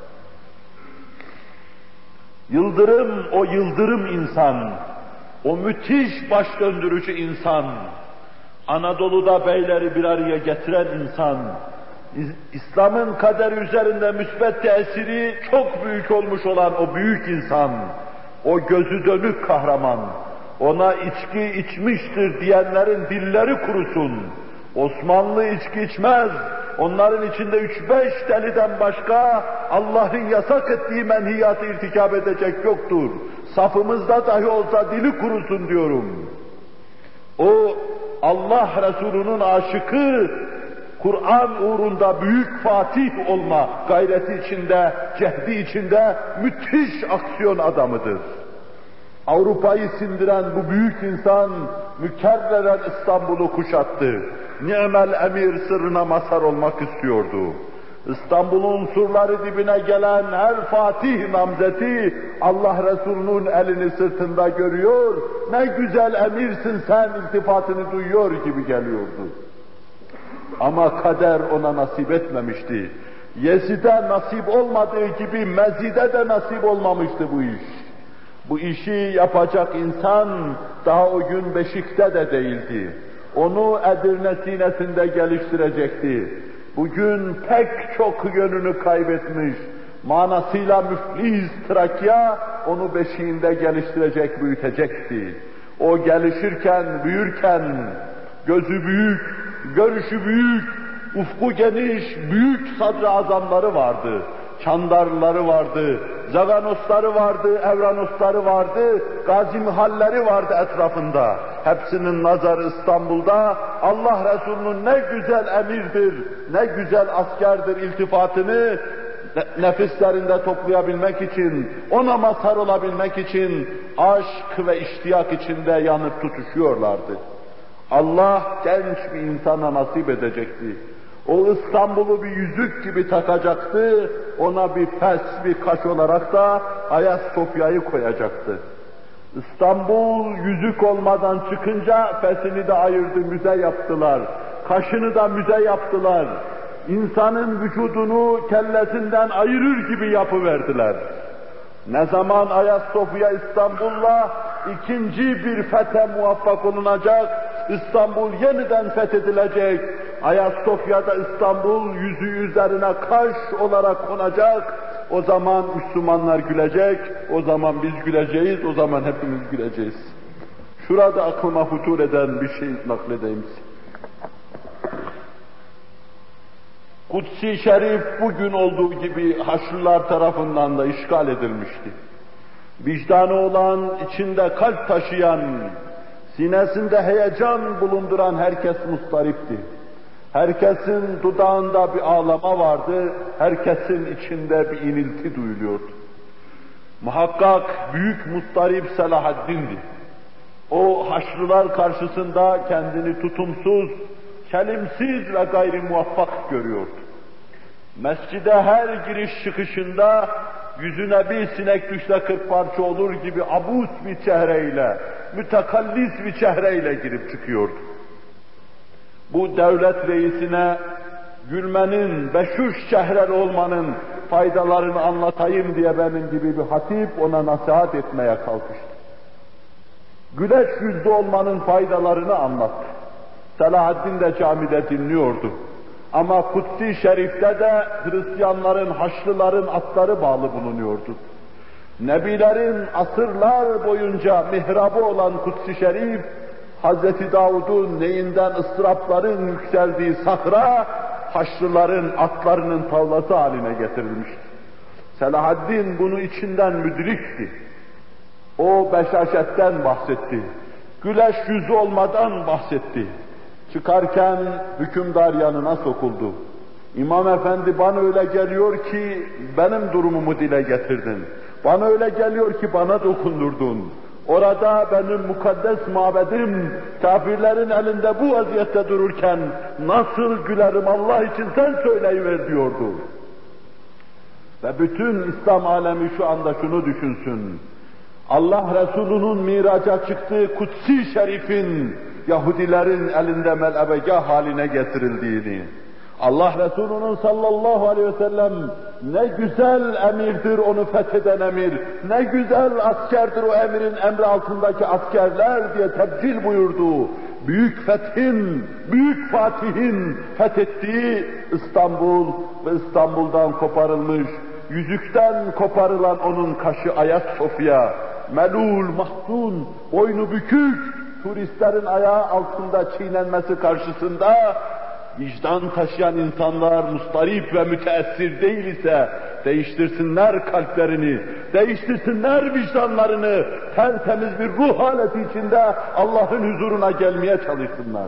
Yıldırım, o yıldırım insan, o müthiş baş döndürücü insan, Anadolu'da beyleri bir araya getiren insan, İslam'ın kaderi üzerinde müsbet tesiri çok büyük olmuş olan o büyük insan, o gözü dönük kahraman, ona içki içmiştir diyenlerin dilleri kurusun. Osmanlı içki içmez, onların içinde üç beş deliden başka Allah'ın yasak ettiği menhiyatı irtikab edecek yoktur. Safımızda dahi olsa dili kurusun diyorum. O Allah Resulü'nün aşıkı, Kur'an uğrunda büyük fatih olma gayreti içinde, cehdi içinde müthiş aksiyon adamıdır. Avrupa'yı sindiren bu büyük insan mükerreren İstanbul'u kuşattı. Ni'mel emir sırrına mazhar olmak istiyordu. İstanbul'un surları dibine gelen her fatih namzeti Allah Resulü'nün elini sırtında görüyor, ne güzel emirsin sen iltifatını duyuyor gibi geliyordu. Ama kader ona nasip etmemişti. Yezid'e nasip olmadığı gibi Mezid'e de nasip olmamıştı bu iş. Bu işi yapacak insan daha o gün Beşik'te de değildi. Onu Edirne sinesinde geliştirecekti. Bugün pek çok yönünü kaybetmiş, manasıyla müflis Trakya onu beşiğinde geliştirecek, büyütecekti. O gelişirken, büyürken gözü büyük, görüşü büyük, ufku geniş, büyük sadr-ı azamları vardı. Çandarlıları vardı, Zaganosları vardı, Evranosları vardı, Gazi Mihalleri vardı etrafında. Hepsinin nazarı İstanbul'da, Allah Resulü'nün ne güzel emirdir, ne güzel askerdir iltifatını nefislerinde toplayabilmek için, ona mazhar olabilmek için aşk ve iştiyak içinde yanıp tutuşuyorlardı. Allah genç bir insana nasip edecekti. O İstanbul'u bir yüzük gibi takacaktı, ona bir fes, bir kaş olarak da Ayasofya'yı koyacaktı. İstanbul yüzük olmadan çıkınca fesini de ayırdı, müze yaptılar. Kaşını da müze yaptılar. İnsanın vücudunu kellesinden ayırır gibi yapıverdiler. Ne zaman Ayasofya İstanbul'la ikinci bir fethe muvaffak olunacak, İstanbul yeniden fethedilecek, Ayasofya'da İstanbul yüzü üzerine kaş olarak konacak, o zaman Müslümanlar gülecek, o zaman biz güleceğiz, o zaman hepimiz güleceğiz. Şurada aklıma hutur eden bir şey nakledeyim size. Kudsi Şerif bugün olduğu gibi Haçlılar tarafından da işgal edilmişti. Vicdanı olan, içinde kalp taşıyan, sinesinde heyecan bulunduran herkes mustaripti. Herkesin dudağında bir ağlama vardı, herkesin içinde bir inilti duyuluyordu. Muhakkak büyük mustarip Selahaddin'di. O Haçlılar karşısında kendini tutumsuz, kelimsiz ve gayri muvaffak görüyordu. Mescide her giriş çıkışında yüzüne bir sinek düşse kırk parça olur gibi abus bir çehreyle, mütekallis bir çehreyle girip çıkıyordu. Bu devlet reisine gülmenin, beşuş çehreli olmanın faydalarını anlatayım diye benim gibi bir hatip ona nasihat etmeye kalkıştı. Güleç yüzlü olmanın faydalarını anlattı. Selahaddin de camide dinliyordu. Ama Kudsi Şerif'te de Hristiyanların, Haçlıların atları bağlı bulunuyordu. Nebilerin asırlar boyunca mihrabı olan Kudsi Şerif, Hazreti Davud'un neyinden ıstırapların yükseldiği sahra, Haçlıların atlarının tavlası haline getirilmişti. Selahaddin bunu içinden müdrikti. O beşaşetten bahsetti. Güleç yüzü olmadan bahsetti. Çıkarken hükümdar yanına sokuldu. İmam Efendi, bana öyle geliyor ki benim durumumu dile getirdin. Bana öyle geliyor ki bana dokundurdun. Orada benim mukaddes mabedim kafirlerin elinde bu vaziyette dururken nasıl gülerim Allah için sen söyleyiver diyordu. Ve bütün İslam alemi şu anda şunu düşünsün. Allah Resulü'nün miraca çıktığı Kudsi Şerif'in Yahudilerin elinde melebegah haline getirildiğini, Allah Resulü'nün sallallahu aleyhi ve sellem ne güzel emirdir onu fetheden emir, ne güzel askerdir o emirin emri altındaki askerler diye tebcil buyurduğu, büyük fethin, büyük fatihin fethettiği İstanbul ve İstanbul'dan koparılmış, yüzükten koparılan onun kaşı Ayasofya, melul, mahzun, boynu bükük, turistlerin ayağı altında çiğnenmesi karşısında vicdan taşıyan insanlar mustarip ve müteessir değil ise değiştirsinler kalplerini, değiştirsinler vicdanlarını, tertemiz bir ruh haleti içinde Allah'ın huzuruna gelmeye çalışsınlar.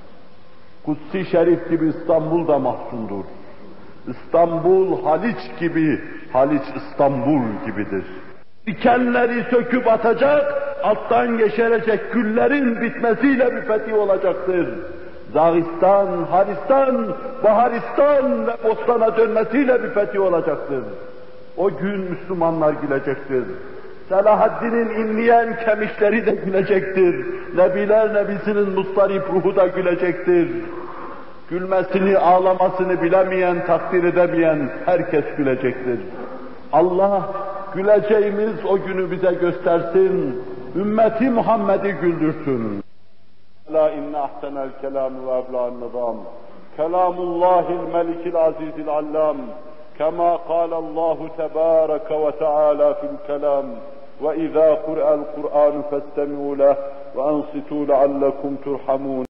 Kudsi Şerif gibi İstanbul da mahzundur. İstanbul Haliç gibi, Haliç İstanbul gibidir. Dikenleri söküp atacak, alttan geçirecek güllerin bitmesiyle bir fethi olacaktır. Zagistan, Haristan, Baharistan ve Bostan'a dönmesiyle bir fethi olacaktır. O gün Müslümanlar gülecektir. Selahaddin'in inleyen kemikleri de gülecektir. Nebiler Nebisi'nin mustarip ruhu da gülecektir. Gülmesini, ağlamasını bilemeyen, takdir edemeyen herkes gülecektir. Allah güleceğimiz o günü bize göstersin, ümmeti Muhammed'i güldürsün. La inne ahsenel kelam ve ebla'an nizam. Kelamullahil melikil azizil allam. Kema kâlallahu tebâreke ve teâlâ fil kelam. Ve izâ kur'el Kur'an festemi'û leh ve ansitû leallekum turhamûn.